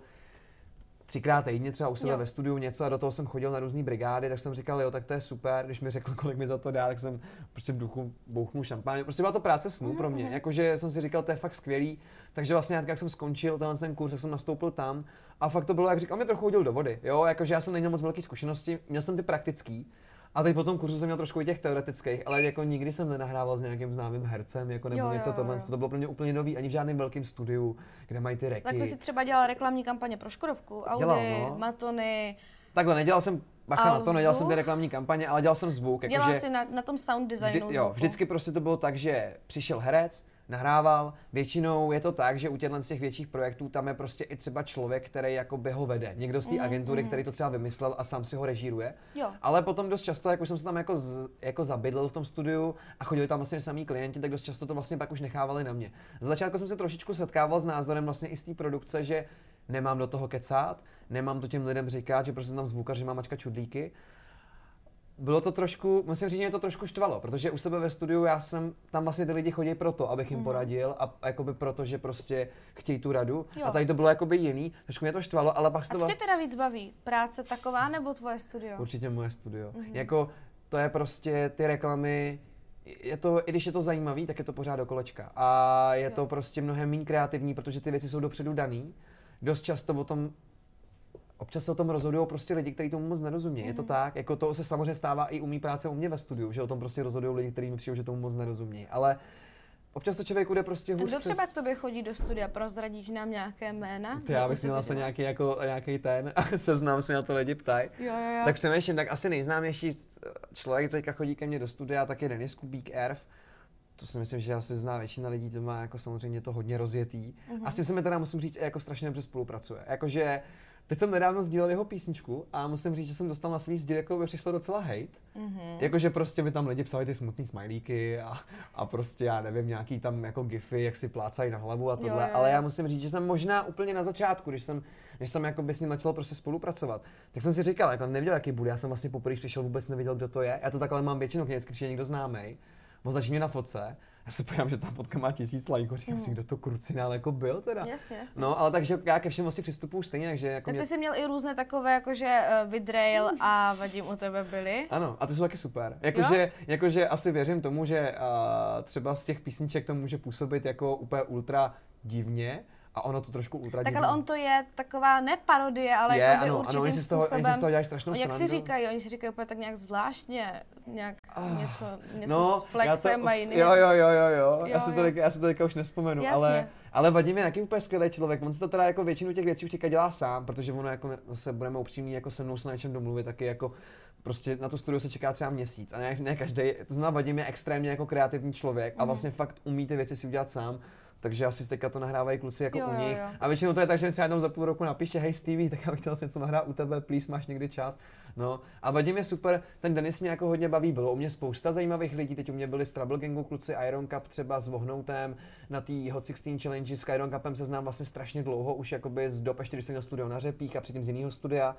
Speaker 2: třikrát týdně třeba u sebe jo. ve studiu něco a do toho jsem chodil na různý brigády, tak jsem říkal, jo, tak to je super, když mi řekl, kolik mi za to dá, tak jsem prostě v duchu bouchnul šampáně. Prostě byla to práce snů pro mě, jakože jsem si říkal, to je fakt skvělý, takže vlastně jak jsem skončil tenhle ten kurz, tak jsem nastoupil tam a fakt to bylo, jak říkal, mě trochu hodil do vody, jo, jakože já jsem neměl moc velké zkušenosti, měl jsem ty praktický. A teď po tom kurzu jsem měl trošku i těch teoretických, ale jako nikdy jsem nenahrával s nějakým známým hercem, jako nebo jo, něco tohle. To bylo pro mě úplně nový, ani v žádném velkém studiu, kde mají ty reky.
Speaker 1: Takhle si třeba dělal reklamní kampaně pro Škodovku, Audi, dělal, no. Matony.
Speaker 2: Takhle, nedělal jsem, bacha na to, nedělal jsem ty reklamní kampaně, ale dělal jsem zvuk. Jako
Speaker 1: dělal
Speaker 2: že
Speaker 1: jsi na, na tom sound designu
Speaker 2: vždy, jo, vždycky prostě to bylo tak, že přišel herec, nahrával, většinou je to tak, že u těchto z těch větších projektů tam je prostě i třeba člověk, který jako by ho vede. Někdo z té mm, agentury, mm. který to třeba vymyslel a sám si ho režíruje. Jo. Ale potom dost často, jak už jsem se tam jako, z, jako zabydlel v tom studiu a chodili tam vlastně samý klienti, tak dost často to vlastně pak už nechávali na mě. Z začátku jsem se trošičku setkával s názorem vlastně i z té produkce, že nemám do toho kecát, nemám to těm lidem říkat, že prostě znám zvukař, že mám mačka čudlíky. Bylo to trošku, musím říct, že mě to trošku štvalo, protože u sebe ve studiu já jsem, tam vlastně ty lidi chodí proto, abych jim mm. poradil a, a jakoby proto, že prostě chtějí tu radu. Jo. A tady to bylo jakoby jiný, trošku mě to štvalo, ale pak se to...
Speaker 1: A co tě teda víc baví? Práce taková nebo tvoje studio?
Speaker 2: Určitě moje studio. Mm. Jako to je prostě ty reklamy, je to, i když je to zajímavý, tak je to pořád do kolečka. A je jo. to prostě mnohem méně kreativní, protože ty věci jsou dopředu daný. Dost často o tom občas se o tom rozhodují prostě lidi, kteří tomu moc nerozumí. Mm-hmm. Je to tak, jako to se samozřejmě stává i u mý práce u mě ve studiu, že o tom prostě rozhodují lidi, kteří mi přijde, že tomu moc nerozumí. Ale občas to člověku jde prostě hůř.
Speaker 1: Kdo třeba přes... k tobě chodí do studia, prozradíš nám nějaké jména?
Speaker 2: To já bych si měl se nějaký, jako, nějaký ten seznam, se na to lidi ptají.
Speaker 1: Jo, jo, jo.
Speaker 2: Tak přemýšlím, tak asi nejznámější člověk, který teďka chodí ke mně do studia, tak je Denis Kubík Erv. To si myslím, že asi zná většina lidí, to má jako samozřejmě to hodně rozjetý. Uh-huh. A s tím se mi teda musím říct, jako strašně dobře spolupracuje. Jakože teď jsem nedávno sdílel jeho písničku a musím říct, že jsem dostal na svý sdíl, jako by přišlo docela hate. Uh-huh. Jakože prostě by tam lidi psali ty smutný smajlíky a, a prostě já nevím, nějaký tam jako gify, jak si plácají na hlavu a tohle. Jo, jo, jo. Ale já musím říct, že jsem možná úplně na začátku, když jsem, když jsem jako by s ním začal prostě spolupracovat, tak jsem si říkal, jako nevěděl, jaký bude. Já jsem vlastně poprvé přišel, vůbec nevěděl, kdo to je. Já to takhle mám většinou, když přijde někdo známý, označí mě na fotce. Já se podívám, že ta fotka má tisíc lajků, říkám mm. si, kdo to krucinál jako byl teda.
Speaker 1: Jasně, jasně.
Speaker 2: No, ale takže já ke všem vlastně přistupuju stejně, takže jako
Speaker 1: tak ty
Speaker 2: mě...
Speaker 1: jsi měl i různé takové, jakože uh, Vidrail a Vadim u tebe byli.
Speaker 2: Ano, a ty jsou taky super. Jakože, jakože asi věřím tomu, že uh, třeba z těch písniček to může působit jako úplně ultra divně, a ono to trošku ultra
Speaker 1: tak
Speaker 2: divně.
Speaker 1: Ale on to je taková ne parodie, ale
Speaker 2: je,
Speaker 1: jako
Speaker 2: ano,
Speaker 1: určitým
Speaker 2: ano, oni si z toho,
Speaker 1: způsobem.
Speaker 2: oni si z toho dělají strašnou
Speaker 1: Jak
Speaker 2: srandu.
Speaker 1: si říkají, oni si říkají úplně tak nějak zvláštně, nějak oh, něco, něco
Speaker 2: no,
Speaker 1: s flexem
Speaker 2: to,
Speaker 1: a jiným.
Speaker 2: Jo, jo, jo, jo, jo, já
Speaker 1: jo,
Speaker 2: si to teďka, já si to teďka už nespomenu,
Speaker 1: jasně.
Speaker 2: ale, ale Vadim je taky úplně skvělý člověk, on si to teda jako většinu těch věcí už teďka dělá sám, protože ono jako zase budeme upřímní, jako se mnou se na něčem domluvit, taky jako prostě na to studio se čeká třeba měsíc a ne, ne každý, to znamená Vadim je extrémně jako kreativní člověk a vlastně fakt umí ty věci si udělat sám. Takže asi teďka to nahrávají kluci jako
Speaker 1: jo,
Speaker 2: u nich.
Speaker 1: Jo, jo.
Speaker 2: A většinou to je tak, že třeba jednou za půl roku napíše, hej Stevie, tak já bych chtěl si něco nahrát u tebe, please, máš někdy čas. No a Vadim je super, ten Denis mě jako hodně baví, bylo u mě spousta zajímavých lidí, teď u mě byli z Trouble Gangu kluci, Iron Cup třeba s Vohnoutem, na té Hot šestnáct Challenge s Iron Cupem se znám vlastně strašně dlouho, už jakoby z dob, ještě když jsem měl studio na Řepích a předtím z jiného studia.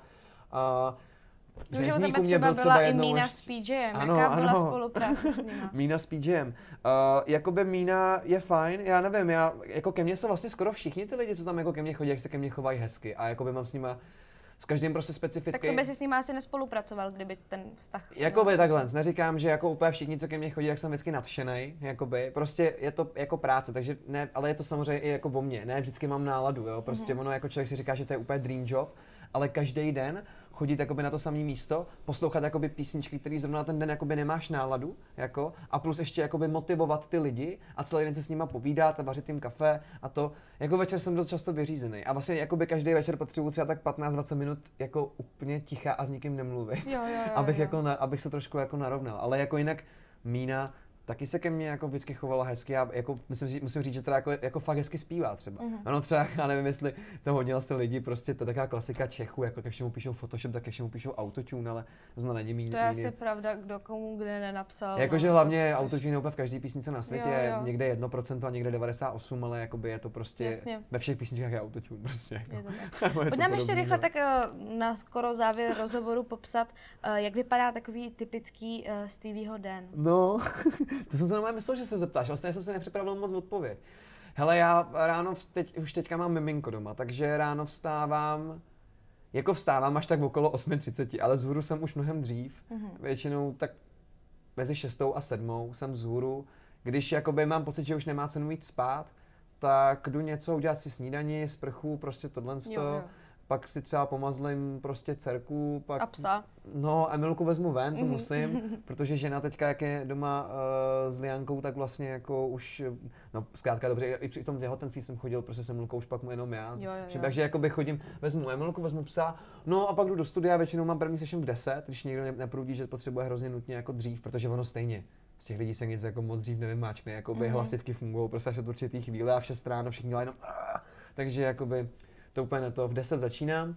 Speaker 2: A
Speaker 1: v Řezníku mě byl třeba i Mína s P J em,
Speaker 2: ano,
Speaker 1: jaká byla
Speaker 2: ano.
Speaker 1: spolupráce s nima?
Speaker 2: Mína s P J em. Uh, jakoby Mína je fajn, já nevím, já, jako ke mně se vlastně skoro všichni ty lidi, co tam jako ke mně chodí, jak se ke mně chovají hezky a jakoby mám s nima s každým prostě specifický.
Speaker 1: Tak to by si s nima asi nespolupracoval, kdyby ten vztah...
Speaker 2: Jakoby takhle, neříkám, že jako úplně všichni, co ke mně chodí, jak jsem vždycky nadšenej, jakoby, prostě je to jako práce, takže ne, ale je to samozřejmě i jako o mně, ne vždycky mám náladu, jo, prostě mm-hmm. ono jako člověk si říká, že to je úplně dream job, ale každý den chodit jakoby na to samé místo, poslouchat jakoby písničky, který zrovna ten den jakoby nemáš náladu, jako, a plus ještě jakoby motivovat ty lidi a celý den se s nima povídat a vařit jim kafe a to. Jako večer jsem dost často vyřízený a vlastně jakoby každý večer potřebuji třeba tak patnáct dvacet minut jako úplně ticha a s nikým nemluvit,
Speaker 1: jo, jo, jo,
Speaker 2: abych
Speaker 1: jo.
Speaker 2: jako na, abych se trošku jako narovnal, ale jako jinak Mína taky se ke mně jako vždycky chovala hezky a jako musím, musím říct, že teda jako, jako fakt hezky zpívá třeba. Mm-hmm. Ano, třeba, já nevím, jestli to hodně asi lidi, prostě to je taková klasika Čechů, jako ke všemu píšou Photoshop, tak ke všemu píšou Autotune, ale zna není mý.
Speaker 1: To je asi pravda, kdo komu kde nenapsal.
Speaker 2: Jakože
Speaker 1: no,
Speaker 2: hlavně
Speaker 1: což...
Speaker 2: Autotune úplně v každé písnice na světě,
Speaker 1: jo, jo.
Speaker 2: někde jedno procento a někde devadesát osm, ale jakoby je to prostě,
Speaker 1: jasně.
Speaker 2: Ve všech písničkách je Autotune prostě. Jako.
Speaker 1: Pojďme ještě rychle tak na skoro závěr rozhovoru popsat, jak vypadá takový typický Stevieho den.
Speaker 2: No, to jsem se normálně myslel, že se zeptáš, vlastně jsem se nepřipravil moc odpověď. Hele, já ráno, teď, už teďka mám miminko doma, takže ráno vstávám, jako vstávám až tak okolo osm třicet, ale vzhůru jsem už mnohem dřív, mm-hmm. většinou tak mezi šestou a sedmou jsem vzhůru. Když jakoby mám pocit, že už nemá cenu jít spát, tak jdu něco udělat si snídani, sprchu, prostě tohle sto. Pak si třeba pomazlím prostě dcerku, pak...
Speaker 1: A psa.
Speaker 2: No, Emilku vezmu ven, to musím, protože žena teďka, jak je doma uh, s Liankou, tak vlastně jako už, no zkrátka dobře, i při tom těhotenství jsem chodil prostě s Emilkou, už pak mu jenom já.
Speaker 1: Jo, jo, jo.
Speaker 2: Takže jakoby chodím, vezmu Emilku, vezmu psa, no a pak jdu do studia, většinou mám první session v deset, když někdo neprudí, že potřebuje hrozně nutně jako dřív, protože ono stejně. Z těch lidí se nic jako moc dřív nevymáčkne, jakoby mm-hmm. hlasivky fungují prostě až od určitý chvíle a v šest ráno všichni dělají jenom takže jakoby to úplně na to, v deset začínám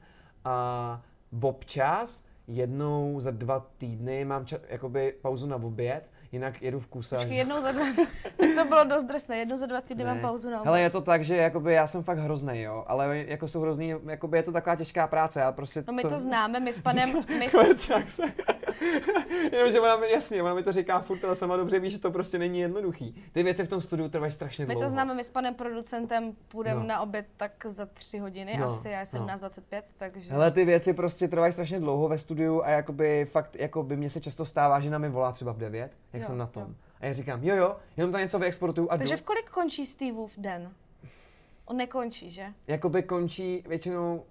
Speaker 2: a občas jednou za dva týdny mám ča- jakoby pauzu na oběd, jinak jedu v kuse.
Speaker 1: Počkej, jednou za dva, tak to bylo dost drsné, jednou za dva týdny mám pauzu na oběd.
Speaker 2: Hele, je to tak, že jakoby já jsem fakt hrozný, jo, ale jako jsou hrozný, jakoby je to taková těžká práce, já prostě
Speaker 1: No my to,
Speaker 2: to
Speaker 1: známe, my s panem, my s...
Speaker 2: Jenomže ona mi, jasně, ona mi to říká furt, ale sama dobře ví, že to prostě není jednoduchý. Ty věci v tom studiu trvají strašně
Speaker 1: My
Speaker 2: dlouho.
Speaker 1: to známe, my s panem producentem půjdeme
Speaker 2: No.
Speaker 1: na oběd tak za tři hodiny,
Speaker 2: No,
Speaker 1: asi, já je
Speaker 2: no.
Speaker 1: sedmnáct dvacet pět, takže...
Speaker 2: Hele, ty věci prostě trvají strašně dlouho ve studiu a jakoby fakt, jakoby mně se často stává, že na mi volá třeba v devět, jak
Speaker 1: Jo,
Speaker 2: jsem na tom.
Speaker 1: jo.
Speaker 2: A já říkám, jo jo, jenom tam něco vyexportuju a
Speaker 1: Takže
Speaker 2: jdu.
Speaker 1: v kolik končí Steveův den? On nekončí, že?
Speaker 2: Jakoby končí většinou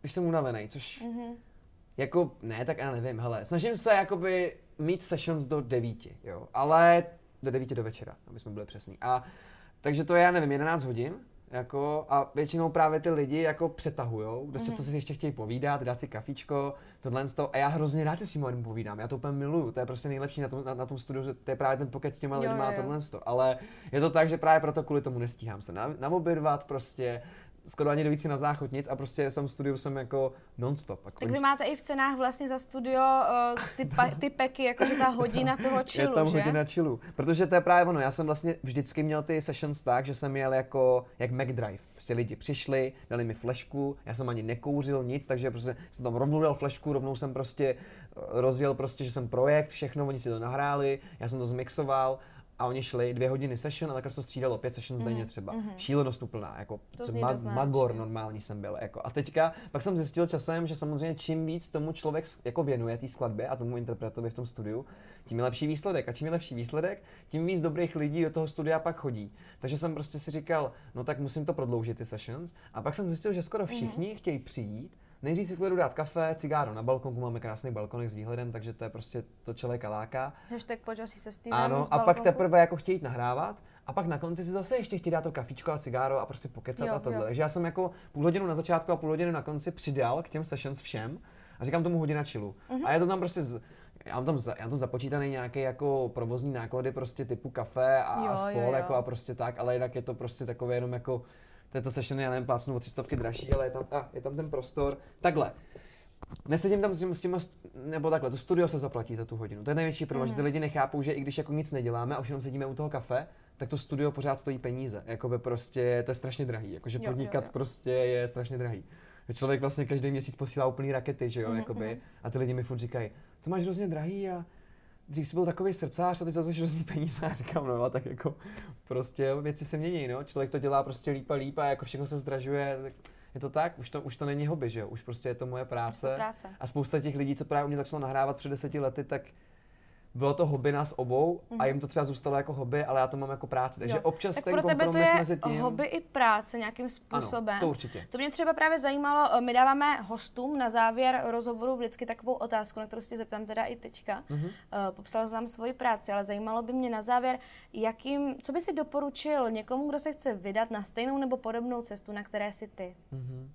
Speaker 2: když jsem unavený, což
Speaker 1: Mm-hmm.
Speaker 2: jako, ne, tak já nevím, hele, snažím se jakoby mít sessions do devíti, jo, ale do devíti do večera, aby jsme byli přesní. A takže to je, já nevím, jedenáct hodin, jako, a většinou právě ty lidi jako přetahujou, dost často si ještě chtějí povídat, dát si kafíčko, tohle a já hrozně rád si s těma lidmi povídám, já to úplně miluju, to je prostě nejlepší na tom, na, na tom studiu, že to je právě ten pokec s těma lidma a tohle, ale je to tak, že právě proto kvůli tomu nestíhám se naobědvat prostě, skoro ani dojít si na záchod nic a prostě jsem v studiu jsem jako non-stop.
Speaker 1: Tak konč... vy máte i v cenách vlastně za studio uh, ty, pa, ty peky, jakože ta hodina toho chillu,
Speaker 2: je tam
Speaker 1: že?
Speaker 2: hodina chillu, protože to je právě ono, já jsem vlastně vždycky měl ty sessions tak, že jsem jel jako, jak McDrive, prostě lidi přišli, dali mi flešku, já jsem ani nekouřil nic, takže prostě jsem tam rovnou dal flešku, rovnou jsem prostě rozjel prostě, že jsem projekt, všechno, oni si to nahráli, já jsem to zmixoval. A oni šli dvě hodiny session a takhle se to střídalo, pět session mm, denně třeba. Mm-hmm. Šílenost úplná, jako ma- magor normální jsem byl. Jako. A teďka, pak jsem zjistil časem, že samozřejmě čím víc tomu člověk jako věnuje té skladbě a tomu interpretovi v tom studiu, tím je lepší výsledek. A čím je lepší výsledek, tím víc dobrých lidí do toho studia pak chodí. Takže jsem prostě si říkal, no tak musím to prodloužit ty sessions. A pak jsem zjistil, že skoro všichni mm-hmm. chtějí přijít. Nejdřív si chvíli dát kafe, cigáro na balkonku, máme krásný balkonek s výhledem, takže to je prostě to člověka láká.
Speaker 1: Hashtag počasí se Stevem.
Speaker 2: Ano, a pak teprve jako chtějí nahrávat a pak na konci si zase ještě chtějí dát to kafíčko a cigáro a prostě pokecat jo, a tohle. Jo. Takže já jsem jako půl hodinu na začátku a půl hodinu na konci přidal k těm sessions všem a říkám tomu hodina chillu. Uh-huh. A je to tam prostě, z, já mám tam, za, já mám tam započítaný nějaké jako provozní náklady prostě typu kafe a,
Speaker 1: jo,
Speaker 2: a spol
Speaker 1: jo, jo.
Speaker 2: jako a prostě tak, ale jinak je to prostě takové jenom jako, této session já nevím, plácnu o tři stovky dražší, ale je tam, ah, je tam ten prostor. Takhle. Nesedím tam s těma, s těma, nebo takhle, to studio se zaplatí za tu hodinu. To je největší problém, mm. že ty lidi nechápou, že i když jako nic neděláme a už jenom sedíme u toho kafe, tak to studio pořád stojí peníze. Jakoby prostě, to je strašně drahý, jakože jo, podnikat jo, jo. prostě je strašně drahý. Člověk vlastně každý měsíc posílá úplný rakety, že jo, mm, jakoby, mm. a ty lidi mi furt říkají, to máš hrozně drahý a dřív jsi byl takový srdcář a teď to hrozný peníze a říkám, no a tak jako prostě věci se mění, no, člověk to dělá prostě líp a líp a jako všechno se zdražuje, tak je to tak, už to, už to není hobby, že jo, už prostě je to moje práce.
Speaker 1: Je to práce. A
Speaker 2: spousta těch lidí, co právě u mě začalo nahrávat před deseti lety, tak bylo to hobby nás obou mm. a jim to třeba zůstalo jako hobby, ale já to mám jako práci. Takže jo. občas
Speaker 1: tak
Speaker 2: ten
Speaker 1: pro tebe
Speaker 2: kompromis
Speaker 1: to je
Speaker 2: mezi tím...
Speaker 1: hobby i práce nějakým způsobem.
Speaker 2: Ano, to určitě.
Speaker 1: To mě třeba právě zajímalo, my dáváme hostům na závěr rozhovoru vždycky takovou otázku, na kterou se zeptám teda i teďka. Mm-hmm. Uh, popsal jsem svoji práci, ale zajímalo by mě na závěr, jakým, co by si doporučil někomu, kdo se chce vydat na stejnou nebo podobnou cestu, na které jsi ty?
Speaker 2: Mm-hmm.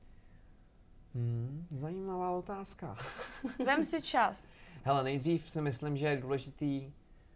Speaker 2: Hmm, zajímavá otázka.
Speaker 1: Vem si čas.
Speaker 2: Hele, nejdřív si myslím, že je důležitý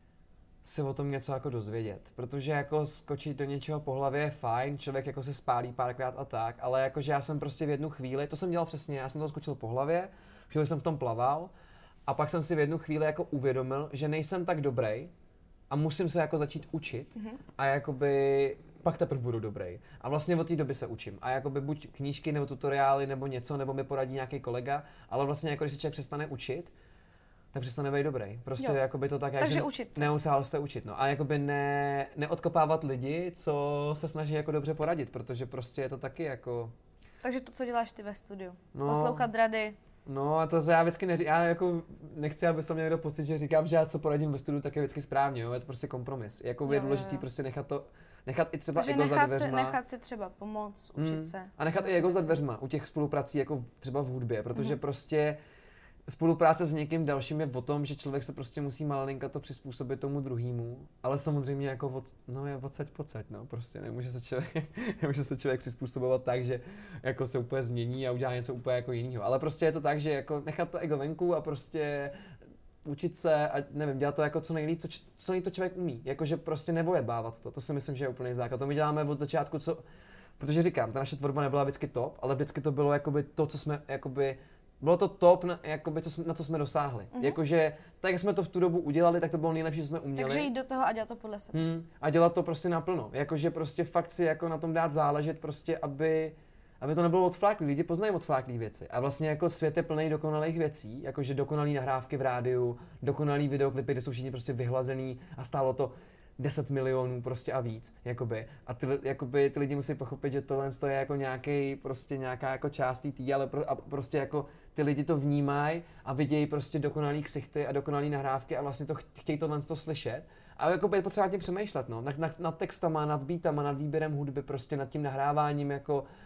Speaker 2: si o tom něco jako dozvědět, protože jako skočit do něčeho po hlavě je fajn, člověk jako se spálí párkrát a tak, ale jakože já jsem prostě v jednu chvíli, to jsem dělal přesně, já jsem to skočil po hlavě, chvíli jsem v tom plaval a pak jsem si v jednu chvíli jako uvědomil, že nejsem tak dobrý a musím se jako začít učit mm-hmm. a jakoby pak teprve budu dobrý. A vlastně od té doby se učím. A jakoby buď knížky nebo tutoriály nebo něco, nebo mi poradí nějaký kolega, ale vlastně jako když se člověk přestane učit, tak přestane být dobrý. Prostě jakoby to tak,
Speaker 1: takže
Speaker 2: že
Speaker 1: učit.
Speaker 2: Neustále se učit, no. A jakoby ne, neodkopávat lidi, co se snaží jako dobře poradit, protože prostě je to taky jako...
Speaker 1: Takže to, co děláš ty ve studiu.
Speaker 2: No,
Speaker 1: poslouchat rady.
Speaker 2: No a to já vždycky neříkám, já jako nechci, aby to měl někdo pocit, že říkám, že já co poradím ve studiu, tak je vždycky správně, jo? Je to prostě kompromis. Jako je důležitý prostě nechat to, nechat i třeba
Speaker 1: takže
Speaker 2: ego
Speaker 1: nechat
Speaker 2: za dveřma.
Speaker 1: Si, nechat si třeba pomoct, učit hmm. se.
Speaker 2: A nechat i ego za dveřma u těch spoluprací, jako třeba v hudbě, protože mm. prostě spolupráce s někým dalším je o tom, že člověk se prostě musí malinka to přizpůsobit tomu druhému, ale samozřejmě jako od, no je odsaď pocať, no prostě nemůže se člověk, nemůže se člověk přizpůsobovat tak, že jako se úplně změní a udělá něco úplně jako jiného, ale prostě je to tak, že jako nechat to ego venku a prostě učit se a nevím, dělat to jako co nejlíp, to, co nejlíp to člověk umí, jakože prostě nevojebávat to, to si myslím, že je úplný základ, to my děláme od začátku, co, protože říkám, ta naše tvorba nebyla vždycky top, ale vždycky to bylo jakoby to, co jsme jakoby bylo to top, na, jakoby, co jsme, na co jsme dosáhli. Mm-hmm. Jakože, tak jak jsme to v tu dobu udělali, tak to bylo nejlepší, co jsme uměli.
Speaker 1: Takže jít do toho a dělat to podle sebe.
Speaker 2: Hmm, a dělat to prostě naplno. Jakože prostě fakt si jako na tom dát záležet, prostě aby, aby to nebylo odfláklý. Lidi poznají odfláklý věci. A vlastně jako svět je plný dokonalých věcí, jakože dokonalý nahrávky v rádiu, dokonalý videoklipy, kde jsou všichni prostě vyhlazený a stálo to deset milionů prostě a víc, jakoby. A ty, jakoby, ty lidi musí pochopit, že tohle je jako nějaký, prostě nějaká jako část tý, ale pro, a prostě jako ty lidi to vnímají a vidějí prostě dokonalý ksichty a dokonalý nahrávky a vlastně to chtějí tohle to slyšet. A jako je potřeba tím přemýšlet, no, nad, nad, nad textama, nad beatama, nad výběrem hudby, prostě nad tím nahráváním, jako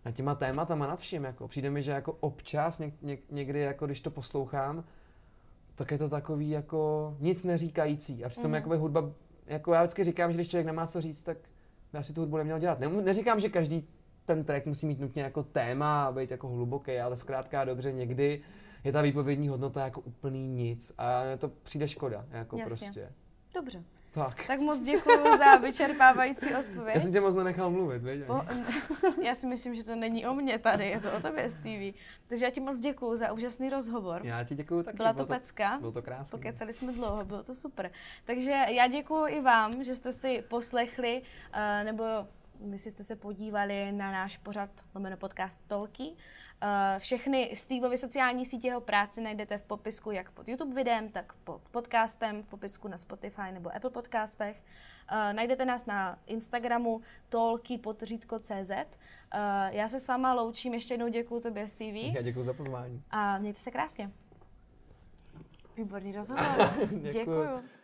Speaker 2: nad těma tématama, nad vším, jako. Přijde mi, že jako občas, něk, něk, někdy, jako když to poslouchám, tak je to takový jako nic neříkající. A přitom mm. jakoby hudba, jako já vždycky říkám, že když člověk nemá co říct, tak já si tu hudbu neměl dělat. Ne, neříkám, že každý ten track musí mít nutně jako téma a být jako hluboký, ale zkrátka dobře někdy je ta výpovědní hodnota jako úplný nic a to přijde škoda, jako
Speaker 1: Jasně.
Speaker 2: prostě.
Speaker 1: Dobře.
Speaker 2: Tak.
Speaker 1: Tak moc děkuji za vyčerpávající odpověď.
Speaker 2: Já jsem tě moc nenechal mluvit, víš?
Speaker 1: Po, já si myslím, že to není o mně tady, je to o tobě, Stevie. Takže já ti moc děkuji za úžasný rozhovor.
Speaker 2: Já ti děkuji taky.
Speaker 1: Byla to pecka.
Speaker 2: Bylo to krásné.
Speaker 1: Pokecali jsme dlouho, bylo to super. Takže já děkuji i vám, že jste si poslechli, uh, nebo jestli jste se podívali na náš pořad, lomeno podcast Tolky. Uh, všechny Steveovy sociální sítě jeho práci najdete v popisku jak pod YouTube videem, tak pod podcastem, v popisku na Spotify nebo Apple podcastech. Uh, najdete nás na Instagramu tolky podřídko tečka cz. Uh, já se s váma loučím, ještě jednou děkuji tobě, Stevie.
Speaker 2: Já děkuji za pozvání.
Speaker 1: A mějte se krásně. Výborný rozhovor.
Speaker 2: Děkuju.
Speaker 1: Děkuju.